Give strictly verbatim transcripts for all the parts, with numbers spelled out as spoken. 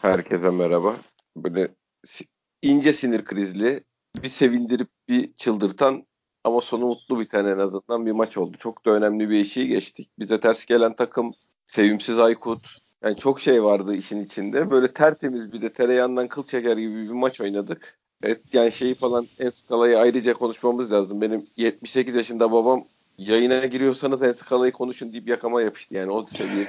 Herkese merhaba. Böyle si- ince sinir krizli, bir sevindirip bir çıldırtan ama sonu mutlu biten en azından bir maç oldu. Çok da önemli bir eşiği geçtik. Bize ters gelen takım, sevimsiz Aykut. Yani çok şey vardı işin içinde. Böyle tertemiz bir de tereyağından kıl çeker gibi bir maç oynadık. Evet yani şeyi falan Enskalayı ayrıca konuşmamız lazım. Benim yetmiş sekiz yaşında babam yayına giriyorsanız Enskalayı konuşun deyip yakama yapıştı yani o seviye.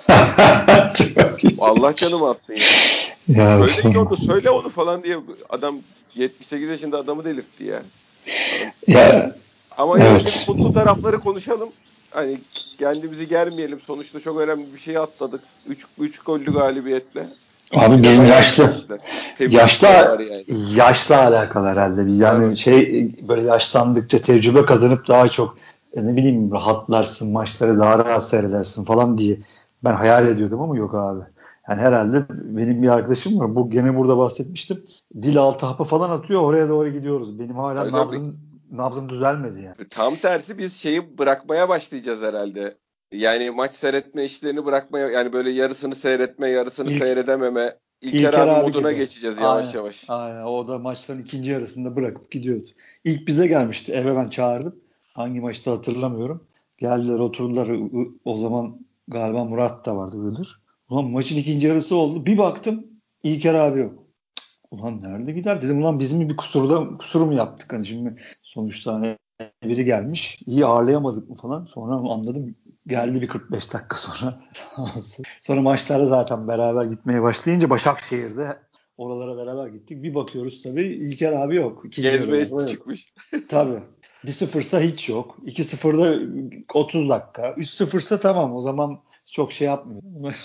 Çok iyi. Allah canımı alsın ya. Ya Söyleyin sorma. onu, söyle onu falan diye adam yetmiş sekiz yaşında adamı delirtti ya. Falan. Ya Ama önce evet. mutlu tarafları konuşalım. Hani kendimizi germeyelim. Sonuçta çok önemli bir şey atladık. üç üç gollü galibiyetle. Abi Bir de bizim bayağı iyi yaşlı maçlar. Temizlikleri var yaşla yani. yaşla alakalı herhalde. Biz Tabii. yani şey böyle yaşlandıkça tecrübe kazanıp daha çok e, ne bileyim rahatlarsın, maçları daha rahat seyredersin falan diye ben hayal ediyordum ama yok abi. Yani herhalde benim bir arkadaşım var. Bu gene burada bahsetmiştim. Dil altı hapı falan atıyor. Oraya doğru gidiyoruz. Benim hala Tabii tabii. nabzım nabzım düzelmedi yani. Tam tersi biz şeyi bırakmaya başlayacağız herhalde. Yani maç seyretme işlerini bırakmaya yani böyle yarısını seyretme, yarısını İlk seyredememe. İlker İlker abi abi moduna gibi. geçeceğiz yavaş Aynen. yavaş. Aynen. O da maçların ikinci yarısında bırakıp gidiyordu. İlk bize gelmişti. Eve ben çağırdım. Hangi maçta hatırlamıyorum. Geldiler oturdular. I- O zaman galiba Murat da vardı Iğdır. Ulan maçın ikinci yarısı oldu. Bir baktım İlker abi yok. Ulan nerede gider? Dedim ulan bizim bir kusurda kusur mu yaptık? Hani şimdi sonuçta hani biri gelmiş. İyi ağırlayamadık mı falan. Sonra anladım. Geldi bir kırk beş dakika sonra. Sonra maçlarda zaten beraber gitmeye başlayınca Başakşehir'de oralara beraber gittik. Bir bakıyoruz tabii İlker abi yok. İkinci Gezmeye yarılarda yok. çıkmış. Tabii. bir sıfırsa hiç yok. iki sıfırda otuz dakika. üç sıfırsa tamam o zaman çok şey yapmıyor.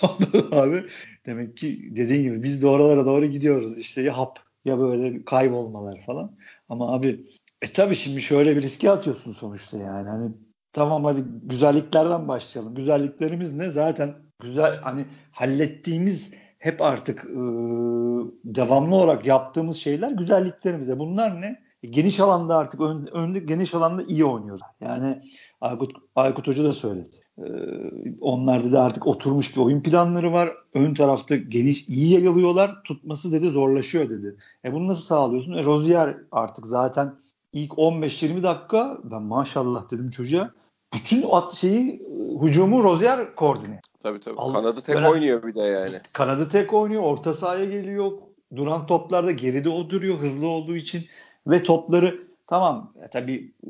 Abi demek ki dediğin gibi biz de oralara doğru gidiyoruz. İşte ya hap ya böyle kaybolmalar falan. Ama abi e tabii şimdi şöyle bir riske atıyorsun sonuçta yani. Hani tamam hadi güzelliklerden başlayalım. Güzelliklerimiz ne? Zaten güzel hani hallettiğimiz hep artık e, devamlı olarak yaptığımız şeyler güzelliklerimize. Bunlar ne? Geniş alanda artık ön, önde geniş alanda iyi oynuyorlar. Yani Aykut, Aykut Hoca da söyledi. Ee, onlarda da artık oturmuş bir oyun planları var. Ön tarafta geniş iyi yayılıyorlar. Tutması dedi zorlaşıyor dedi. E bunu nasıl sağlıyorsun? E Rozier artık zaten ilk on beş yirmi dakika ben maşallah dedim çocuğa. Bütün at şeyi hücumu Rozier koordine. Tabii tabii. Al, Kanadı tek böyle oynuyor bir de yani. kanadı tek oynuyor, orta sahaya geliyor. Duran toplarda geride o duruyor hızlı olduğu için ve topları tamam ya tabii e,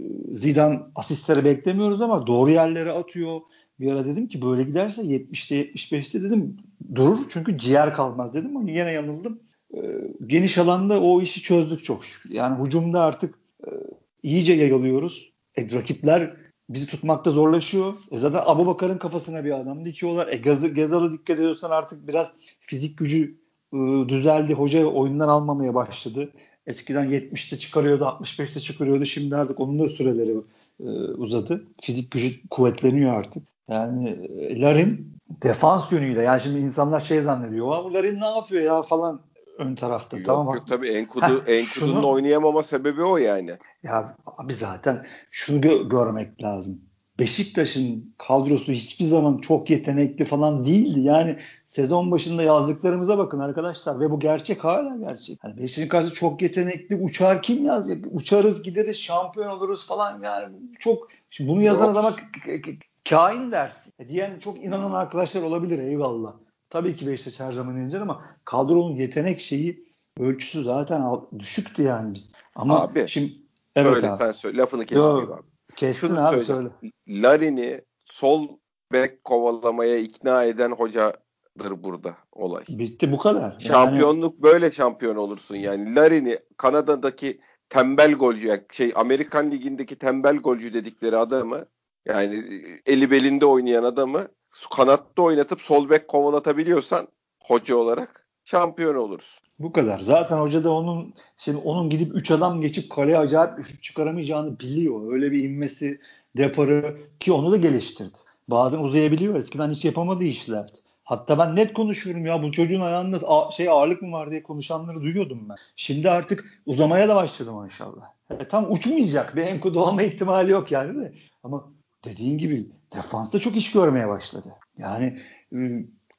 Zidane asistleri beklemiyoruz ama doğru yerlere atıyor. Bir ara dedim ki böyle giderse yetmişte yetmiş beşte dedim durur çünkü ciğer kalmaz dedim ama yine yanıldım. E, geniş alanda o işi çözdük çok şükür. Yani hücumda artık e, iyice yayılıyoruz. E, rakipler bizi tutmakta zorlaşıyor. E zaten Abubakar'ın kafasına bir adam dikiyorlar. E Gaz Gezal'a dikkat ediyorsan artık biraz fizik gücü e, düzeldi. Hoca oyundan almamaya başladı. Eskiden yetmişte çıkarıyordu, altmış beşte çıkarıyordu. Şimdi artık onun da süreleri e, uzadı. Fizik gücü kuvvetleniyor artık. Yani e, Larin defans yönüyle. Yani şimdi insanlar şey zannediyor. "Aa, bu Larin ne yapıyor ya falan ön tarafta. Yok Tamam. yok tabii Enkudu Heh, Enkudu'nun şunu oynayamama sebebi o yani. ya abi zaten şunu gö- görmek lazım. Beşiktaş'ın kadrosu hiçbir zaman çok yetenekli falan değildi. Yani sezon başında yazdıklarımıza bakın arkadaşlar ve bu gerçek hala gerçek. Yani Beşiktaş'ın kadrosu çok yetenekli. Uçar kim yazacak? Uçarız gideriz şampiyon oluruz falan yani çok şimdi bunu yazan Yok. adama k- k- k- kain dersin. E diyen çok inanan arkadaşlar olabilir eyvallah. Tabii ki Beşiktaş her zaman incer ama kadronun yetenek şeyi ölçüsü zaten al- düşüktü yani biz. Ama Abi şimdi evet söyle abi. sen söyle lafını kesmeyeyim Yo abi. kestin Şunu abi söyleyeceğim. söyle. Larin'i sol bek kovalamaya ikna eden hocadır burada olay. Bitti bu kadar. Yani Şampiyonluk böyle şampiyon olursun yani. Larin'i Kanada'daki tembel golcü yani şey Amerikan ligindeki tembel golcü dedikleri adamı yani eli belinde oynayan adamı kanatta oynatıp sol bek kovalatabiliyorsan hoca olarak şampiyon olursun. bu kadar. Zaten hoca da onun şimdi onun gidip üç adam geçip kaleye acayip bir şut çıkaramayacağını biliyor. Öyle bir inmesi, deparı ki onu da geliştirdi. Bazen uzayabiliyor. Eskiden hiç yapamadığı işlerdi. Hatta ben net konuşuyorum ya bu çocuğun ayağında a- şey ağırlık mı var diye konuşanları duyuyordum ben. Şimdi artık uzamaya da başladı maşallah. E, tam uçmayacak. Bir enkudu olma ihtimali yok yani de. Ama dediğin gibi defansta çok iş görmeye başladı. Yani e,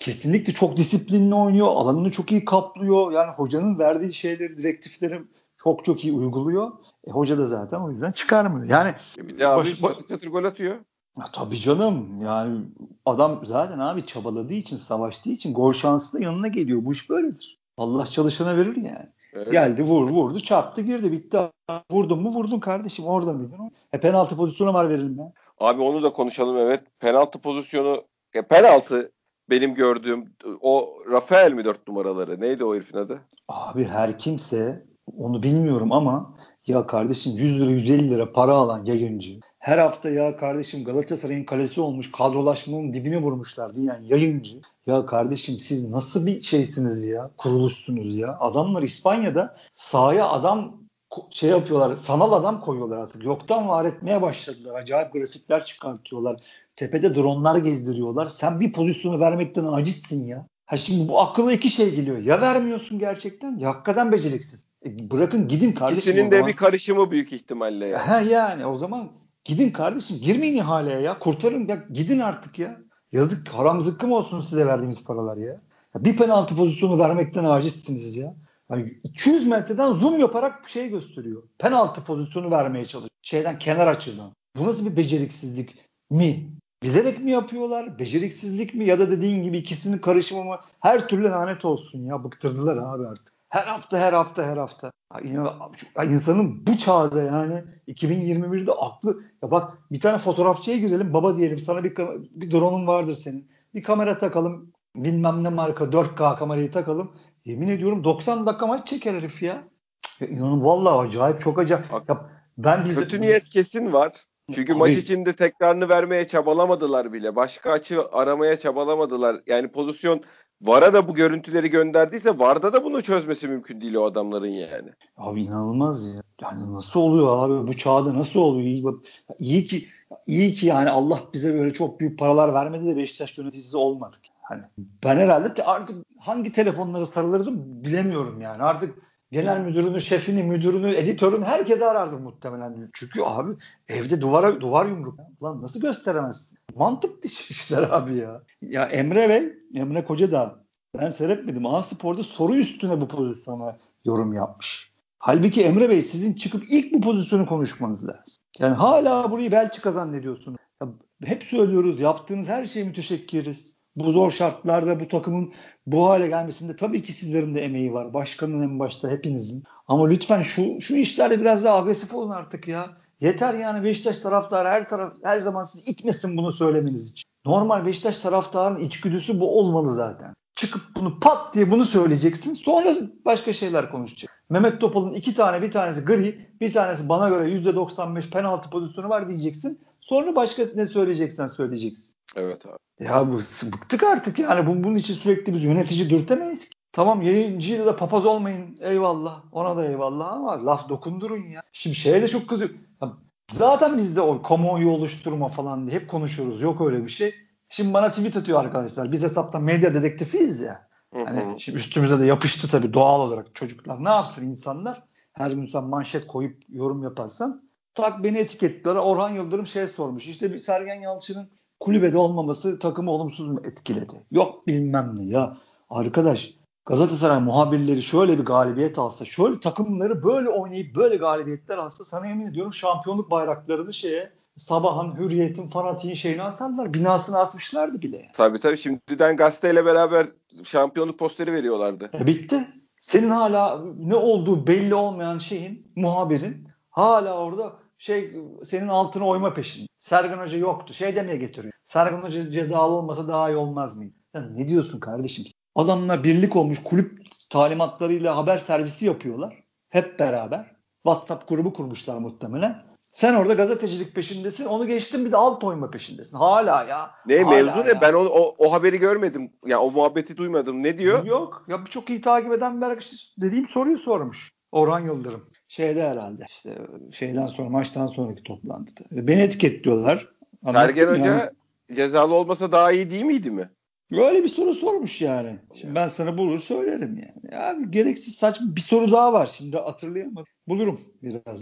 kesinlikle çok disiplinli oynuyor. Alanını çok iyi kaplıyor. Yani hocanın verdiği şeyleri, direktifleri çok çok iyi uyguluyor. E, hoca da zaten o yüzden çıkarmıyor. Yani E bir de abi baş, baş, çatır çatır gol atıyor. ya tabii canım. Yani adam zaten abi çabaladığı için, savaştığı için gol şansı da yanına geliyor. Bu iş böyledir. Allah çalışana verir yani. Öyle. Geldi, vur, vurdu, çarptı, girdi, bitti. Vurdun mu vurdun kardeşim, orada mıydın? E penaltı pozisyonu var, verelim ya. Abi onu da konuşalım, evet. Penaltı pozisyonu, ya penaltı benim gördüğüm o Rafael mi dört numaraları? Neydi o herifin adı? Abi her kimse, onu bilmiyorum ama ya kardeşim yüz lira yüz elli lira para alan yayıncı, her hafta ya kardeşim Galatasaray'ın kalesi olmuş, kadrolaşmanın dibine vurmuşlar diyen yayıncı, ya kardeşim siz nasıl bir şeysiniz ya, kuruluşsunuz ya. Adamlar İspanya'da sahaya adam şey yapıyorlar, sanal adam koyuyorlar artık, yoktan var etmeye başladılar, acayip grafikler çıkartıyorlar, tepede dronlar gezdiriyorlar. Sen bir pozisyonu vermekten acizsin ya. Ha şimdi bu aklıma iki şey geliyor. Ya vermiyorsun gerçekten, ya hakikaten beceriksiz. E bırakın gidin kardeşim o İkisinin de bir zaman. karışımı büyük ihtimalle yani. Ha yani o zaman gidin kardeşim. Girmeyin ihaleye ya. Kurtarın ya. Gidin artık ya. Yazık, haram zıkkım olsun size verdiğimiz paralar ya. Ya bir penaltı pozisyonu vermekten acizsiniz ya. Yani iki yüz metreden zoom yaparak bir şey gösteriyor. Penaltı pozisyonu vermeye çalışıyor. Şeyden, kenar açıdan. Bu nasıl bir beceriksizlik mi? Bilerek mi yapıyorlar? Beceriksizlik mi? Ya da dediğin gibi ikisinin karışımı mı? Her türlü lanet olsun ya. Bıktırdılar abi artık. Her hafta her hafta her hafta. Ya, ya insanın bu çağda yani iki bin yirmi birde aklı, ya bak bir tane fotoğrafçıya girelim, baba diyelim sana, bir bir drone'un vardır senin. Bir kamera takalım, bilmem ne marka dört K kamerayı takalım. Yemin ediyorum doksan dakika maç çeker herif ya. Ya inanın vallahi acayip, çok acayip. Bak, Ya ben biz, kötü biz niyet kesin var. Çünkü maç abi içinde tekrarını vermeye çabalamadılar bile. Başka açı aramaya çabalamadılar. Yani pozisyon VAR'a da bu görüntüleri gönderdiyse VAR'da da bunu çözmesi mümkün değil o adamların yani. Abi inanılmaz ya. Yani nasıl oluyor abi, bu çağda nasıl oluyor? İyi, bak, iyi ki iyi ki yani Allah bize böyle çok büyük paralar vermedi de Beşiktaş yöneticisi olmadık. Hani ben herhalde te- artık hangi telefonlara sarılırdım bilemiyorum yani. Artık genel müdürünü, şefini, müdürünü, editörünü herkese arardım muhtemelen. Çünkü abi evde duvara duvar yumruk. Lan nasıl gösteremezsin? Mantık dışı işler abi ya. Ya Emre Bey, Emre Kocadağ, ben seyretmedim. A-Spor'da soru üstüne bu pozisyona yorum yapmış. Halbuki Emre Bey, sizin çıkıp ilk bu pozisyonu konuşmanız lazım. Yani hala burayı Belçika zannediyorsunuz. Ya hep söylüyoruz, yaptığınız her şeye müteşekkiriz. Bu zor şartlarda bu takımın bu hale gelmesinde tabii ki sizlerin de emeği var. Başkanın en başta, hepinizin. Ama lütfen şu şu işlerde biraz daha agresif olun artık ya. Yeter yani, Beşiktaş taraftarı her taraf her zaman sizi itmesin bunu söylemeniz için. Normal Beşiktaş taraftarının içgüdüsü bu olmalı zaten. Çıkıp bunu pat diye bunu söyleyeceksin. Sonra başka şeyler konuşacak. Mehmet Topal'ın iki tane, bir tanesi gri, bir tanesi bana göre yüzde doksan beş penaltı pozisyonu var diyeceksin. Sonra başka ne söyleyeceksen söyleyeceksin. Evet abi. Ya bu, bıktık artık yani. Bunun, bunun için sürekli biz yönetici dürtemeyiz ki. Tamam, yayıncıyla da papaz olmayın, eyvallah. Ona da eyvallah ama laf dokundurun ya. Şimdi şeye de çok kızıyor. Ya zaten bizde o kamuoyu oluşturma falan diye hep konuşuyoruz. Yok öyle bir şey. Şimdi bana tweet atıyor arkadaşlar. Biz hesaptan medya dedektifiyiz ya. Hı Hani hı. şimdi üstümüze de yapıştı tabii doğal olarak çocuklar. Ne yapsın insanlar? Her gün sen manşet koyup yorum yaparsan. Tak beni etiketliyorlar. Orhan Yıldırım şey sormuş. İşte bir Sergen Yalçın'ın kulübede olmaması takımı olumsuz mu etkiledi? Yok bilmem ne ya. Arkadaş, Galatasaray muhabirleri şöyle bir galibiyet alsa, şöyle takımları böyle oynayıp böyle galibiyetler alsa, sana yemin ediyorum şampiyonluk bayraklarını şeye, Sabah'ın, Hürriyet'in, Fanatik'in şeyini asarlar. Binasını asmışlardı bile. Tabii tabii, şimdiden gazeteyle beraber şampiyonluk posteri veriyorlardı. E bitti. Senin hala ne olduğu belli olmayan şeyin, muhabirin hala orada şey, senin altına oyma peşinde. Sergen Hoca yoktu. Şey demeye getiriyor. Sergen Hoca cezalı olmasa daha iyi olmaz mıydı? Ya ne diyorsun kardeşim? Adamlar birlik olmuş, kulüp talimatlarıyla haber servisi yapıyorlar. Hep beraber. WhatsApp grubu kurmuşlar muhtemelen. Sen orada gazetecilik peşindesin. Onu geçtin, bir de alt oyma peşindesin. Hala ya. Ne mevzu Hala ne? Ben ya. o, o, o haberi görmedim. Ya o muhabbeti duymadım. Ne diyor? Yok. Ya çok iyi takip eden bir arkadaş dediğim soruyu sormuş. Orhan Yıldırım. Şeyde herhalde işte şeyden sonra, maçtan sonraki toplantıda. Beni etiketliyorlar. Sergen Anlattım yani. Hoca cezalı olmasa daha iyi değil miydi mi? Böyle bir soru sormuş yani. Şimdi Ya. ben sana bulur söylerim yani. Abi gereksiz saçma bir soru daha var. Şimdi hatırlayamadım. Bulurum birazdan.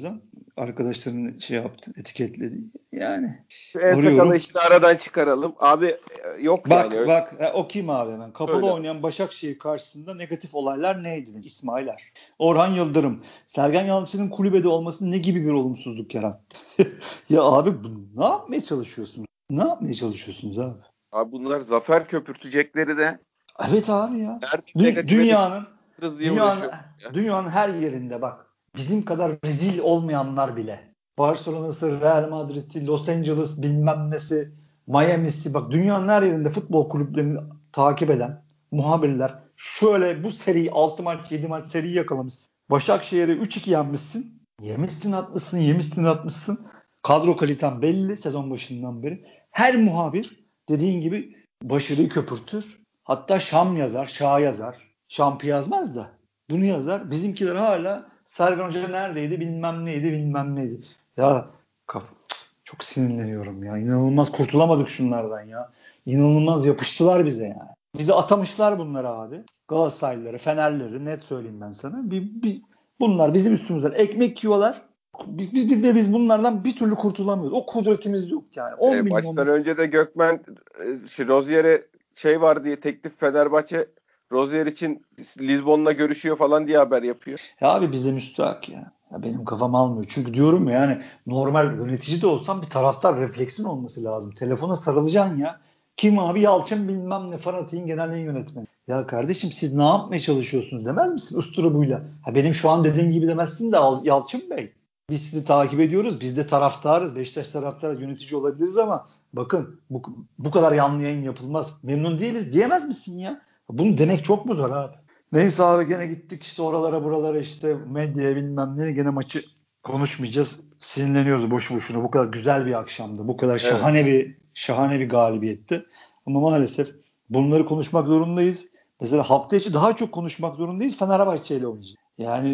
arkadaşların şey yaptı, etiketledi. Yani En sakalı arıyorum. işte aradan çıkaralım. Abi e, yok yani Bak öyle bak e, o kim abi hemen? Kapalı söyle. oynayan Başakşehir karşısında negatif olaylar neydi? İsmail Er. Orhan Yıldırım. Sergen Yalçın'ın kulübede olması ne gibi bir olumsuzluk yarattı? Ya abi bu, ne yapmaya çalışıyorsunuz? Ne yapmaya çalışıyorsunuz abi? Abi bunlar zafer köpürtecekleri de Evet abi ya. nerede Dü- negatife dünyanın düşürürüz diye dünyanın uğraşıyor ya. dünyanın her yerinde bak. Bizim kadar rezil olmayanlar bile. Barcelona'sı, Real Madrid'i, Los Angeles bilmem nesi, Miami'si bak dünyanın her yerinde futbol kulüplerini takip eden muhabirler şöyle bu seriyi altı maç yedi maç seriyi yakalamışsın. Başakşehir'i üç iki yenmişsin. Yemişsin atmışsın, yemişsin atmışsın. Kadro kaliten belli sezon başından beri. Her muhabir dediğin gibi başarıyı köpürtür. Hatta Şam yazar, Şah yazar. Şampı yazmaz da bunu yazar. Bizimkiler hala Sergen Hoca neredeydi bilmem neydi bilmem neydi. Ya kaf çok sinirleniyorum ya. İnanılmaz kurtulamadık şunlardan ya. İnanılmaz yapıştılar bize yani. Bizi atamışlar bunları abi. Galatasaraylıları, Fenerleri net söyleyeyim ben sana. Bir, bir, bunlar bizim üstümüzden ekmek yiyorlar. Biz, biz de biz bunlardan bir türlü kurtulamıyoruz. O kudretimiz yok yani. on E, maçtan milyonluk. önce de Gökmen e, şey, Rozier'e şey var diye teklif Fenerbahçe Rozier için Lizbon'la görüşüyor falan diye haber yapıyor. Ya abi bize müstahak ya. Ya benim kafam almıyor. Çünkü diyorum ya yani normal yönetici de olsam bir taraftar refleksin olması lazım. Telefona sarılacaksın ya. Kim abi Yalçın bilmem ne fanatiğin genel yayın yönetmeni. Ya kardeşim siz ne yapmaya çalışıyorsunuz demez misin usturubuyla? Ha benim şu an dediğim gibi demezsin de Yalçın Bey. Biz sizi takip ediyoruz. Biz de taraftarız. Beşiktaş taraftarı yönetici olabiliriz ama bakın bu, bu kadar yanlı yayın yapılmaz. Memnun değiliz diyemez misin ya? Bunu demek çok mu zor abi? Neyse abi gene gittik işte oralara buralara işte medyaya bilmem ne gene maçı konuşmayacağız. Sinirleniyoruz boşu boşuna. Bu kadar güzel bir akşamdı. Bu kadar Evet. şahane bir şahane bir galibiyetti. Ama maalesef bunları konuşmak zorundayız. Mesela hafta içi daha çok konuşmak zorundayız. Fenerbahçe ile oynayacağız. Yani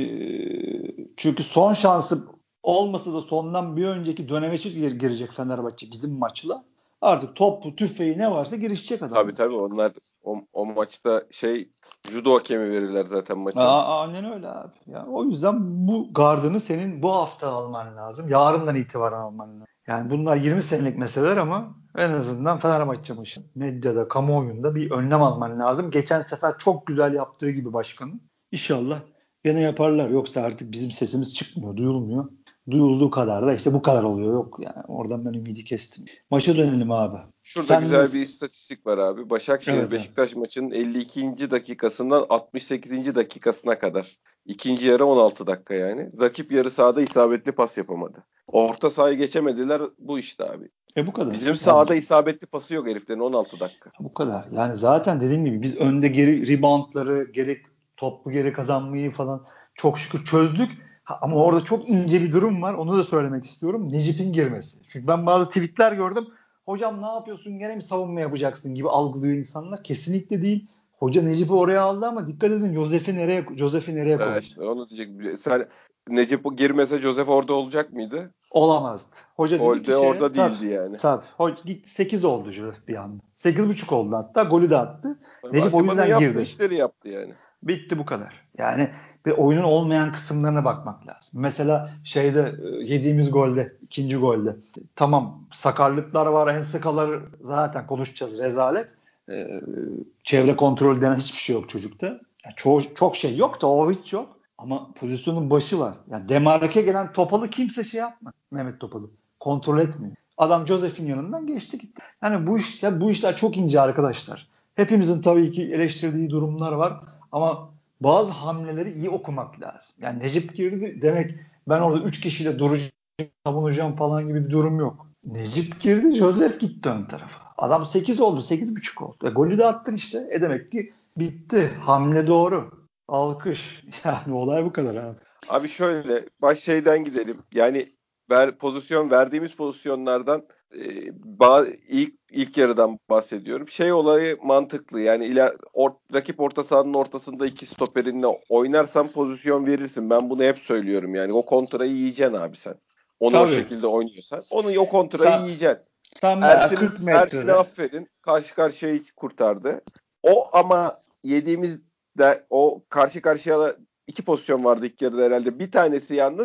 e, çünkü son şansı olmasa da sondan bir önceki dönemeçe gir- girecek Fenerbahçe bizim maçla. Artık topu, tüfeği ne varsa girişecek Tabii adamlar. tabii onlar o, o maçta şey judo hakemi verirler zaten maçı. Aa, aynen öyle abi. Ya, o yüzden bu gardını senin bu hafta alman lazım. Yarından itibaren alman lazım. Yani bunlar yirmi senelik meseleler ama en azından Fenerbahçe maçı medyada, kamuoyunda bir önlem alman lazım. Geçen sefer çok güzel yaptığı gibi başkanın. İnşallah gene yaparlar. Yoksa artık bizim sesimiz çıkmıyor, duyulmuyor. Duyulduğu kadar da işte bu kadar oluyor. Yok yani oradan ben ümidi kestim. Maça dönelim abi. Şurada Sen güzel bir nesin? istatistik var abi. Başakşehir Evet abi. Beşiktaş maçının elli ikinci dakikasından altmış sekizinci dakikasına kadar. İkinci yarı on altı dakika yani. Rakip yarı sahada isabetli pas yapamadı. Orta sahayı geçemediler bu işte abi. E bu kadar. Bizim Yani sahada isabetli pası yok heriflerin on altı dakika. bu kadar. Yani zaten dediğim gibi biz önde geri reboundları, geri topu geri kazanmayı falan çok şükür çözdük. Ha, ama orada çok ince bir durum var. Onu da söylemek istiyorum. Necip'in girmesi. Çünkü ben bazı tweetler gördüm. Hocam ne yapıyorsun? Gene mi savunma yapacaksın gibi algılıyor insanlar. Kesinlikle değil. Hoca Necip'i oraya aldı ama dikkat edin Josef'i nereye Josef'i nereye Ee, koydu? işte onu diyecek. Sen Necip o girmese Josef orada olacak mıydı? Olamazdı. Hoca dedi ki Golde şeye orada tabii değildi yani. tabii. Ho- git sekiz oldu Josef bir anda. sekiz buçuk oldu hatta. Golü de attı. Necip o Atiba'nın yüzden yaptığı girdi. işleri yaptı yani. Bitti bu kadar. Yani bir oyunun olmayan kısımlarına bakmak lazım. Mesela şeyde e, yediğimiz golde, ikinci golde. Tamam sakarlıklar var, ensekalar zaten konuşacağız rezalet. Ee, çevre kontrolü denen hiçbir şey yok çocukta. Yani çoğu, çok şey yok da o hiç yok. Ama pozisyonun başı var. Yani demarke gelen Topal'ı kimse şey yapma. Mehmet Topal'ı. Kontrol etmiyor. Adam Josef'in yanından geçti gitti. Yani bu işler, bu işler çok ince arkadaşlar. Hepimizin tabii ki eleştirdiği durumlar var. Ama bazı hamleleri iyi okumak lazım. Yani Necip girdi demek ben orada üç kişiyle duracağım, savunacağım falan gibi bir durum yok. Necip girdi, Josef gitti ön tarafa. Adam sekiz oldu, sekiz buçuk oldu. E, golü de attın işte. E demek ki bitti. Hamle doğru. Alkış. Yani olay bu kadar abi. Abi şöyle baş şeyden gidelim. Yani ver, pozisyon verdiğimiz pozisyonlardan e, ba- ilk ilk yarıdan bahsediyorum. Şey olayı mantıklı. Yani ila, or, rakip orta sahanın ortasında iki stoperinle oynarsan pozisyon verirsin. Ben bunu hep söylüyorum. Yani o kontrayı yiyeceksin abi sen. Onu o Tabii. şekilde oynuyorsan. Onu o kontrayı Sen, yiyeceksin. sen bayağı Ersin kırk Ersin'e metrede. aferin. Karşı karşıyayı kurtardı. O ama yediğimiz de o karşı karşıya iki pozisyon vardı ilk yarıda herhalde. Bir tanesi yalnız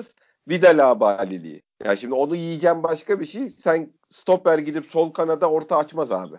Vida labaliliği. Ya şimdi onu yiyeceğim başka bir şey. Sen stoper gidip sol kanada orta açmaz abi.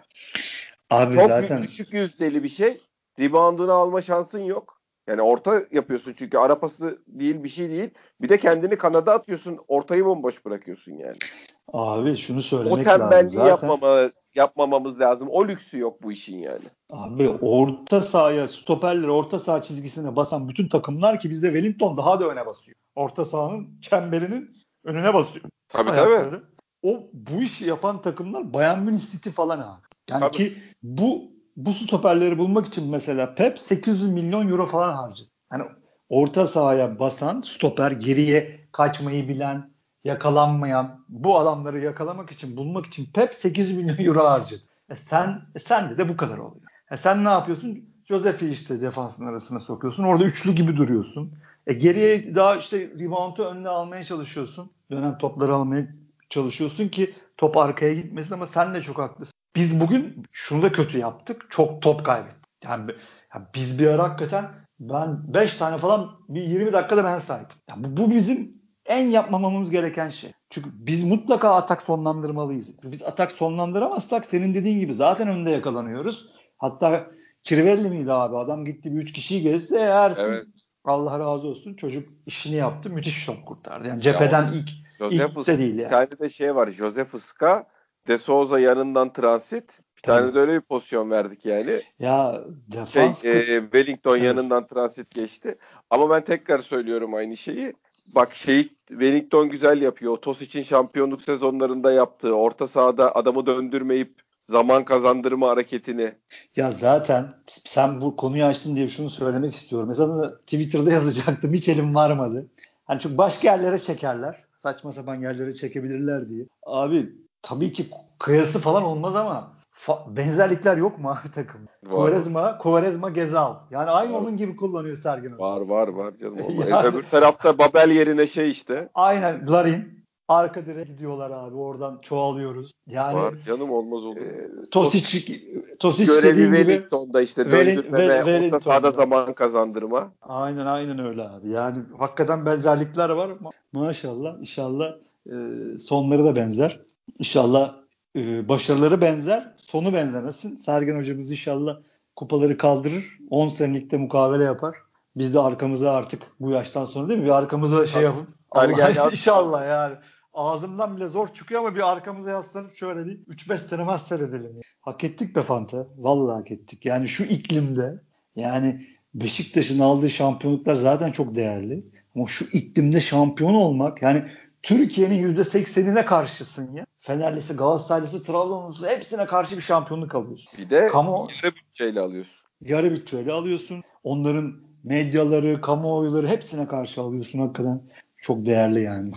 Abi Çok zaten düşük yüzdeli bir şey. Reboundunu alma şansın yok. Yani orta yapıyorsun çünkü ara pası değil bir şey değil. Bir de kendini kanada atıyorsun. Ortayı bomboş bırakıyorsun yani. abi şunu O söylemek lazım. tembelliği Zaten yapmama, yapmamamız lazım. O lüksü yok bu işin yani. abi orta sahaya stoperleri orta saha çizgisine basan bütün takımlar ki bizde Wellington daha da öne basıyor. Orta sahanın çemberinin önüne basıyor Tabii tabii. ayakları. O bu işi yapan takımlar Bayern Münih City falan abi. Yani Tabii. ki bu bu stoperleri bulmak için mesela Pep sekiz yüz milyon euro falan harcadı. Yani orta sahaya basan stoper, geriye kaçmayı bilen, yakalanmayan bu adamları yakalamak için, bulmak için Pep sekiz yüz milyon euro harcadı. E sen e sende de bu kadar oluyor. E sen ne yapıyorsun? Josef'i işte defansın arasına sokuyorsun. Orada üçlü gibi duruyorsun. E geriye daha işte rebound'u önüne almaya çalışıyorsun. Dönen topları almaya çalışıyorsun ki top arkaya gitmesin ama sen de çok haklısın. Biz bugün şunu da kötü yaptık. Çok top kaybettik. Yani, yani biz bir ara hakikaten ben beş tane falan bir yirmi dakikada ben saydım. Yani bu, bu bizim en yapmamamız gereken şey. Çünkü biz mutlaka atak sonlandırmalıyız. Biz atak sonlandıramazsak senin dediğin gibi zaten önde yakalanıyoruz. Hatta Kirvelli miydi abi? Adam gitti bir üç kişiyi gezdi. Evet. Ersin Allah razı olsun. Çocuk işini yaptı. Müthiş şut kurtardı. Yani Ya o cepheden ilk ilk Josephus de değil bir yani. tane de şey var. Josephus'ka De Souza yanından transit. Bir Tabii. tane de öyle bir pozisyon verdik yani. Ya Şey defans e, kız. Wellington Evet. yanından transit geçti. Ama ben tekrar söylüyorum aynı şeyi. Bak şey Wellington güzel yapıyor. Tos için şampiyonluk sezonlarında yaptığı orta sahada adamı döndürmeyip zaman kazandırma hareketini. Ya zaten sen bu konuyu açtın diye şunu söylemek istiyorum. Mesela Twitter'da yazacaktım. Hiç elim varmadı. Hani çok başka yerlere çekerler. Saçma sapan yerlere çekebilirler diye. Abi tabii ki kıyası falan olmaz ama fa- benzerlikler yok mu abi takım? Var var. Quaresma, Quaresma Gezal. Yani aynı Var onun gibi kullanıyor Sergen Hoca. var var, var canım. Olmaz. E, Yani öbür tarafta Babel yerine şey işte. aynen Larin. Arka direğe gidiyorlar abi. Oradan çoğalıyoruz. Yani Var canım olmaz e, olur mu? O Tosic, Tosic görevi dediğin gibi Wellington'da işte Wellin- döndürme Wel- ve orta sahada Wellington'da. zaman kazandırma. Aynen aynen öyle abi. Yani hakikaten benzerlikler var. Ma- maşallah. İnşallah e, sonları da benzer. İnşallah e, başarıları benzer. Sonu benzemesin. Sergen hocamız inşallah kupaları kaldırır. on senelikte mukavele yapar. Biz de arkamıza artık bu yaştan sonra değil mi? Bir arkamıza şey yapıp Allah Sergen yaz inşallah yani. Ağzımdan bile zor çıkıyor ama bir arkamıza yaslanıp şöyle bir üç beş sene master edelim. Ya. Hak ettik be Fanta. Vallahi hak ettik. Yani şu iklimde yani Beşiktaş'ın aldığı şampiyonluklar zaten çok değerli. Ama şu iklimde şampiyon olmak yani Türkiye'nin yüzde seksenine karşısın ya. Fenerlisi, Galatasaraylısı, Trabzonlusu hepsine karşı bir şampiyonluk alıyorsun. bir de Kamu yarı bütçeyle alıyorsun. yarı bütçeyle alıyorsun. Onların medyaları, kamuoyları hepsine karşı alıyorsun hakikaten. Çok değerli yani.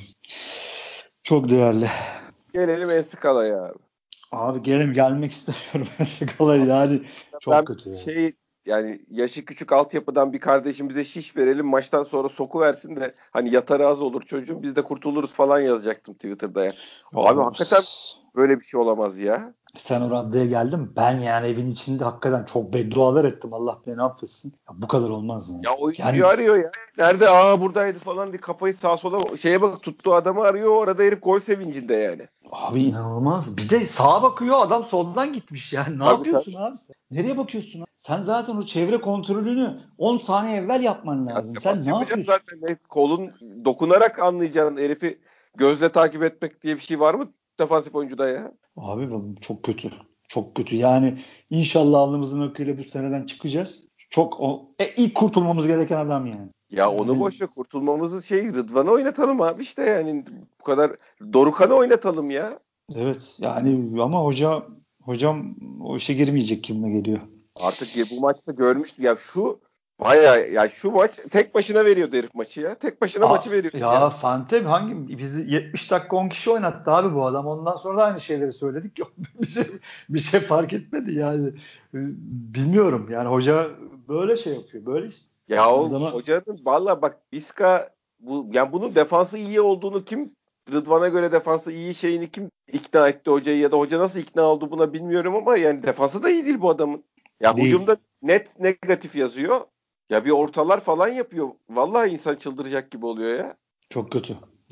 Çok değerli. Gelelim Ensikala'ya abi. Abi gelim gelmek istemiyorum Sakala'ya yani çok Ben kötü ya. şey yani yaşı küçük altyapıdan bir kardeşimize şiş verelim maçtan sonra soku versin de hani yatarı az olur çocuğum biz de kurtuluruz falan yazacaktım Twitter'da ya. Abi O, hakikaten böyle bir şey olamaz ya. sen o raddeye geldin. Ben yani evin içinde hakikaten çok beddualar ettim. Allah beni affetsin. Ya bu kadar olmaz yani. Ya oyuncu Yani arıyor ya. Nerede? Aa buradaydı falan diye kafayı sağa sola şeye bak tuttuğu adamı arıyor. Orada herif gol sevincinde yani. abi inanılmaz. Bir de sağa bakıyor adam soldan gitmiş yani. Ne Tabii yapıyorsun tabii. abi sen? Nereye bakıyorsun abi? Sen zaten o çevre kontrolünü on saniye evvel yapman Ya lazım. Sen temas ne yapacağım yapıyorsun? zaten. Ne, kolun dokunarak anlayacaksın herifi gözle takip etmek diye bir şey var mı defansif oyuncuda ya? Abi bu çok kötü. Çok kötü. Yani inşallah alnımızın akıyla bu seneden çıkacağız. Çok o, e, ilk kurtulmamız gereken adam yani. Ya onu Yani boş ver kurtulmamızı şey Rıdvan'ı oynatalım abi işte yani bu kadar Dorukhan'ı oynatalım ya. evet yani ama hoca hocam o işe girmeyecek gibime geliyor. Artık bu maçta görmüştü ya şu bayağı ya şu maç tek başına veriyordu herif maçı ya. Tek başına A, maçı veriyordu ya ya. Fante hangi bizi yetmiş dakika on kişi oynattı abi bu adam. Ondan sonra da aynı şeyleri söyledik. Yok bir şey bir şey fark etmedi yani. Ee, Bilmiyorum yani hoca böyle şey yapıyor. Böyle istiyor. Ya Yani o adama hocanın valla bak Biska bu yani bunun defansı iyi olduğunu kim Rıdvan'a göre defansı iyi şeyini kim ikna etti hocayı ya da hoca nasıl ikna oldu buna bilmiyorum ama yani defansı da iyi değil bu adamın. Ya değil. hücumda net negatif yazıyor. Ya bir ortalar falan yapıyor. Vallahi insan çıldıracak gibi oluyor ya. Çok kötü.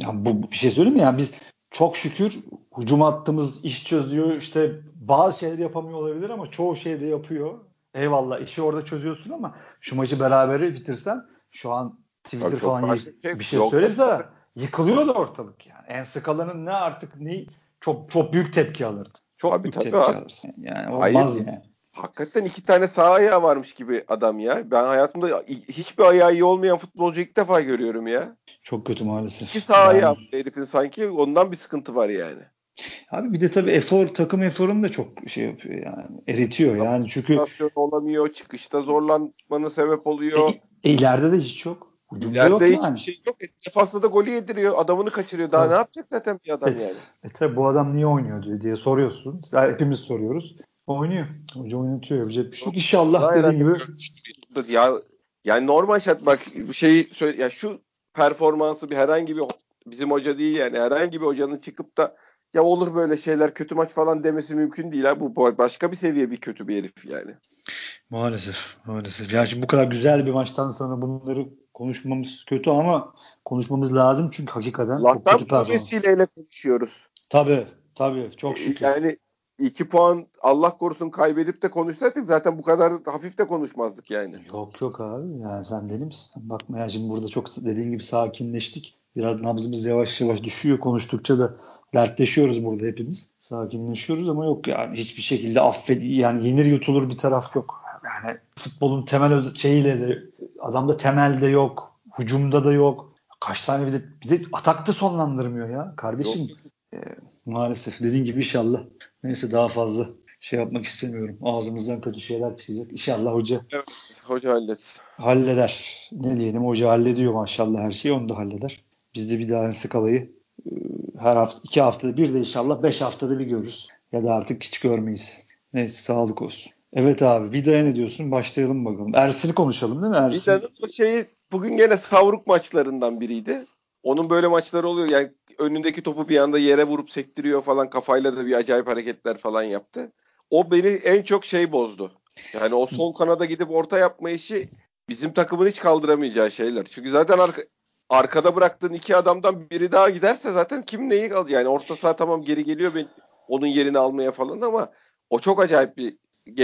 Ya bu bir şey söyleyeyim mi? Yani biz çok şükür hücum hattımız iş çözüyor. İşte bazı şeyleri yapamıyor olabilir ama çoğu şey de yapıyor. Eyvallah işi orada çözüyorsun ama şu maçı berabere bitirsen şu an Tabii Twitter çok falan farklı y- bir şey. bir şey Yok söyleyeyim tabii tabii. sana. Yıkılıyordu ortalık yani. En Skala'nın ne artık ne çok çok büyük tepki alırdı. Çok Tabii büyük tabii tepki abi. alırsın. Yani Hayır. olmaz yani. Hakikaten iki tane sağ ayağı varmış gibi adam ya. Ben hayatımda hiçbir ayağı iyi olmayan futbolcu ilk defa görüyorum ya. Çok kötü İki maalesef. sağ ayağı Yani var herifin sanki. Ondan bir sıkıntı var yani. abi bir de tabii efor takım eforunu da çok şey yapıyor yani. Eritiyor yani çünkü Konsantrasyon olamıyor. Çıkışta zorlanmanın sebep e, oluyor. e, ileride de hiç yok. Hücumda yok İleride hiçbir yani. şey yok. E, Defasında da golü yediriyor. Adamını kaçırıyor. Daha ne Tabii. yapacak zaten bir adam Et, yani? e tabi bu adam niye oynuyor diyor diye soruyorsun. Yani hepimiz soruyoruz. Oynuyor. Hoca oynatıyor. Yapacak bir şey yok. İnşallah Daha dediğin herhalde gibi görmüştür. Ya yani normal şart bak bir şeyi söyle ya şu performansı bir herhangi bir bizim hoca değil yani herhangi bir hocanın çıkıp da ya olur böyle şeyler kötü maç falan demesi mümkün değil ha. Bu bu başka bir seviye bir kötü bir herif yani. maalesef maalesef. Yani şimdi bu kadar güzel bir maçtan sonra bunları konuşmamız kötü ama konuşmamız lazım çünkü hakikaten çok Allah'tan kötü bu performans. vesileyle konuşuyoruz. Tabii tabii çok E, şükür. Yani iki puan Allah korusun kaybedip de konuşsaydık zaten bu kadar hafif de konuşmazdık yani. Yok yok abi. Yani sen deli misin? Sen bakma ya şimdi burada çok dediğin gibi sakinleştik. Biraz nabzımız yavaş yavaş düşüyor. Konuştukça da dertleşiyoruz burada hepimiz. Sakinleşiyoruz ama yok yani hiçbir şekilde affed yani yenir yutulur bir taraf yok. Yani futbolun temel öz- şeyiyle de adamda temelde yok. Hücumda da yok. Kaç tane bir de, bir de atakta sonlandırmıyor ya. Yok. Kardeşim e, maalesef dediğin gibi inşallah. Neyse daha fazla şey yapmak istemiyorum. Ağzımızdan kötü şeyler çıkacak. İnşallah hoca Evet, hoca halletsin. halleder. Ne diyelim hoca hallediyor maşallah her şeyi onu da halleder. Biz de bir daha skalayı e, her hafta iki haftada bir de inşallah beş haftada bir görürüz. Ya da artık hiç görmeyiz. Neyse sağlık olsun. Evet abi Vida'ya ne diyorsun? Başlayalım bakalım. Ersin'i konuşalım değil mi Ersin? Vida'nın bu şeyi bugün gene savruk maçlarından biriydi. Onun böyle maçları oluyor. Yani önündeki topu bir anda yere vurup sektiriyor falan. Kafayla da bir acayip hareketler falan yaptı. O beni en çok şey bozdu. Yani o sol kanada gidip orta yapma işi bizim takımın hiç kaldıramayacağı şeyler. Çünkü zaten arka, arkada bıraktığın iki adamdan biri daha giderse zaten kim neyi kaldı? Yani orta saha tamam geri geliyor ben onun yerini almaya falan ama o çok acayip bir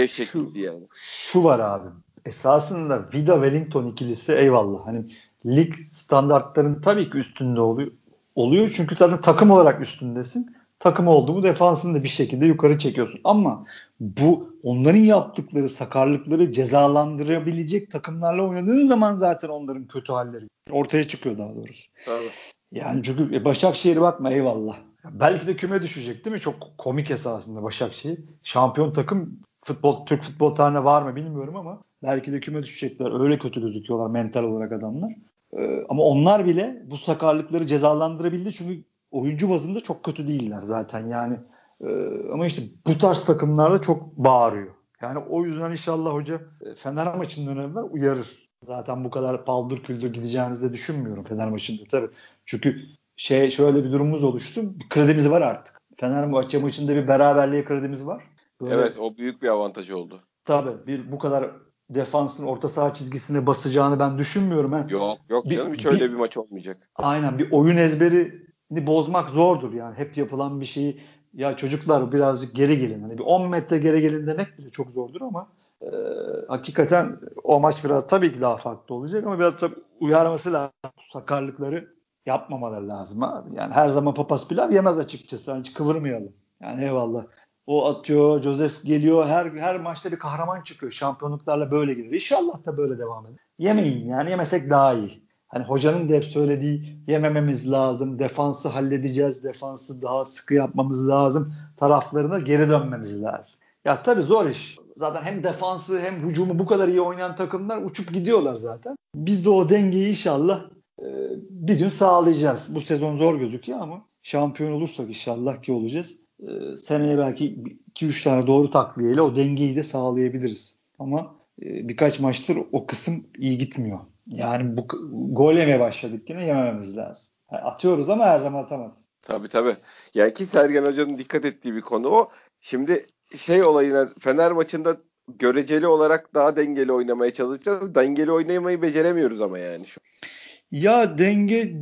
Şu gevşeklikti yani. şu var abi. Esasında Vida Wellington ikilisi eyvallah. Hani lig standartlarının tabii ki üstünde oluyor. Oluyor çünkü zaten takım olarak üstündesin. Takım oldu mu defansını da bir şekilde yukarı çekiyorsun. Ama bu onların yaptıkları sakarlıkları cezalandırabilecek takımlarla oynadığın zaman zaten onların kötü halleri ortaya çıkıyor daha doğrusu. Tabii. Yani çünkü e, Başakşehir'e bakma eyvallah. Belki de küme düşecek değil mi? Çok komik esasında Başakşehir. Şampiyon takım futbol Türk futbol tarihine var mı bilmiyorum ama belki de küme düşecekler. Öyle kötü gözüküyorlar mental olarak adamlar. Ee, ama onlar bile bu sakarlıkları cezalandırabildi çünkü oyuncu bazında çok kötü değiller zaten yani. Ee, ama işte bu tarz takımlarda çok bağırıyor. Yani o yüzden inşallah hoca e, Fener maçından evvel uyarır. Zaten bu kadar paldır küldür gideceğinizi de düşünmüyorum Fener maçında tabii. Çünkü şey şöyle bir durumumuz oluştu. Bir kredimiz var artık. Fenerbahçe maçında bir beraberliğe kredimiz var. Böyle Evet o büyük bir avantaj oldu. tabii bir bu kadar defansın orta saha çizgisine basacağını ben düşünmüyorum. Ben Yok yok bir, canım hiç öyle bir bir maç olmayacak. aynen bir oyun ezberini bozmak zordur yani. Hep yapılan bir şeyi ya çocuklar birazcık geri gelin. Hani bir on metre geri gelin demek bile çok zordur ama e, hakikaten o maç biraz tabii ki daha farklı olacak ama biraz tabii uyarması lazım. Bu sakarlıkları yapmamaları lazım abi. Yani her zaman papaz pilav yemez açıkçası. Yani hiç kıvırmayalım. Yani eyvallah. O atıyor, Joseph geliyor. Her her maçta bir kahraman çıkıyor. Şampiyonluklarla böyle gelir. İnşallah da böyle devam eder. Yemeyin yani yemesek daha iyi. Hani hocanın da hep söylediği yemememiz lazım. Defansı halledeceğiz. Defansı daha sıkı yapmamız lazım. Taraflarına geri dönmemiz lazım. Ya tabii zor iş. Zaten hem defansı hem hücumu bu kadar iyi oynayan takımlar uçup gidiyorlar zaten. Biz de o dengeyi inşallah e, bir gün sağlayacağız. Bu sezon zor gözüküyor ama şampiyon olursak inşallah ki olacağız. E, seneye belki iki üç tane doğru takviyeyle o dengeyi de sağlayabiliriz. Ama e, birkaç maçtır o kısım iyi gitmiyor. Yani bu gol yemeye başladık yine yemememiz lazım. Yani atıyoruz ama her zaman atamaz. Tabii tabii. Yani ki Sergen Hoca'nın dikkat ettiği bir konu o. Şimdi şey olayına Fener maçında göreceli olarak daha dengeli oynamaya çalışacağız. Dengeli oynamayı beceremiyoruz ama yani şu. Ya denge di-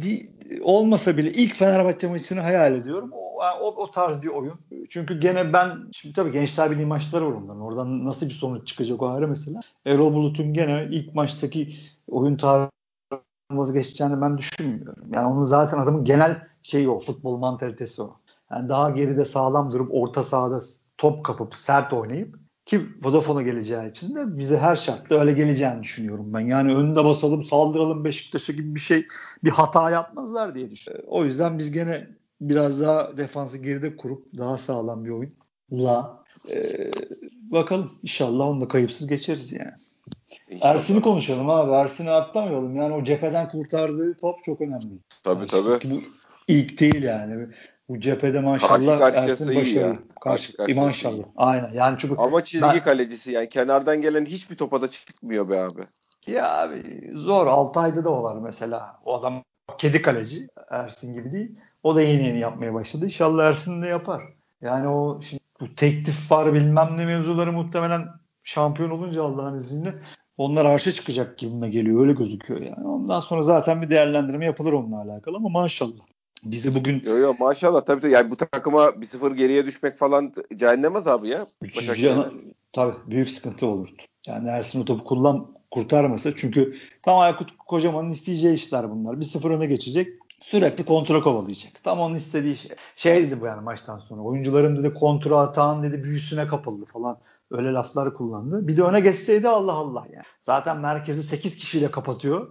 olmasa bile ilk Fenerbahçe maçını hayal ediyorum. O, o, o tarz bir oyun. Çünkü gene ben şimdi tabii Gençler Birliği maçları var onların. Oradan nasıl bir sonuç çıkacak o ayrı mesela. Erol Bulut'un gene ilk maçtaki oyun tarzı vazgeçeceğini ben düşünmüyorum. Yani onun zaten adamın genel şeyi o. Futbol mantalitesi o. Yani daha geride sağlam durup orta sahada top kapıp sert oynayıp ki Vodafone'a geleceği için de bize her şartta öyle geleceğini düşünüyorum ben. Yani önünde basalım, saldıralım Beşiktaş'a gibi bir şey, bir hata yapmazlar diye düşünüyorum. O yüzden biz gene biraz daha defansı geride kurup daha sağlam bir oyunla e, bakalım. İnşallah onu da kayıpsız geçeriz yani. Ersin'i İnşallah. konuşalım abi. Ersin'i atlamayalım. Yani o cepheden kurtardığı top çok önemli. Tabii tabii. Karşı, bu ilk değil yani. Bu cephede Karşı maşallah karşıyası Ersin iyi başarılı. ya. Karşı Karşı karşıyası maşallah. iyi. Aynen. Yani çünkü Ama çizgi ben kalecisi yani kenardan gelen hiçbir topa da çıkmıyor be abi. ya abi zor. Altay'da da o var mesela. O adam kedi kaleci. Ersin gibi değil. O da yeni yeni yapmaya başladı. İnşallah Ersin de yapar. Yani o şimdi bu teklif var bilmem ne mevzuları muhtemelen şampiyon olunca Allah'ın izniyle onlar arşa çıkacak gibime geliyor. Öyle gözüküyor yani. Ondan sonra zaten bir değerlendirme yapılır onunla alakalı ama maşallah. Bizi bugün Yo yo maşallah tabii tabii. Yani bu takıma bir sıfır geriye düşmek falan cehennem azabı ya üçüncü yana, Başakşehir'e. tabii büyük sıkıntı olurdu. Yani Ersin o topu kullan kurtarmasa çünkü tam Aykut Kocaman'ın isteyeceği işler bunlar. Bir sıfır öne geçecek. Sürekli kontra kovalayacak. Tam onun istediği şey. Şey dedi bu yani maçtan sonra. Oyuncularım dedi kontra atan dedi büyüsüne kapıldı falan. Öyle laflar kullandı. Bir de öne geçseydi Allah Allah yani. Zaten merkezi sekiz kişiyle kapatıyor.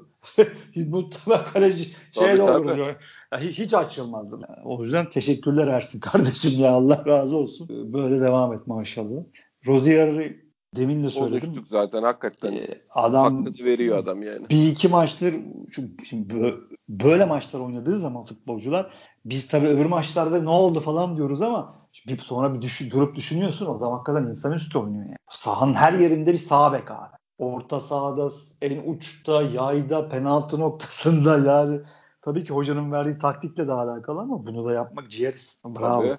Mutlaka kaleci şey Tabii de olur tabii. diyor. Ya hiç açılmazdı. Yani o yüzden teşekkürler Ersin kardeşim ya Allah razı olsun. Böyle devam et maşallah. Rozier'i demin de söyledim. Konuştuk zaten hakikaten. Ee, adam Hakkını veriyor adam yani. bir iki maçtır şu, şimdi bö- böyle maçlar oynadığı zaman futbolcular biz tabii öbür maçlarda ne oldu falan diyoruz ama bir sonra bir düşün, durup düşünüyorsun o zaman hakikaten insanüstü oynuyor yani. Sahanın her yerinde bir sağ bek abi. Orta sahada, en uçta, yayda, penaltı noktasında yani tabii ki hocanın verdiği taktikle de alakalı ama bunu da yapmak ciğer. Tabii. Bravo.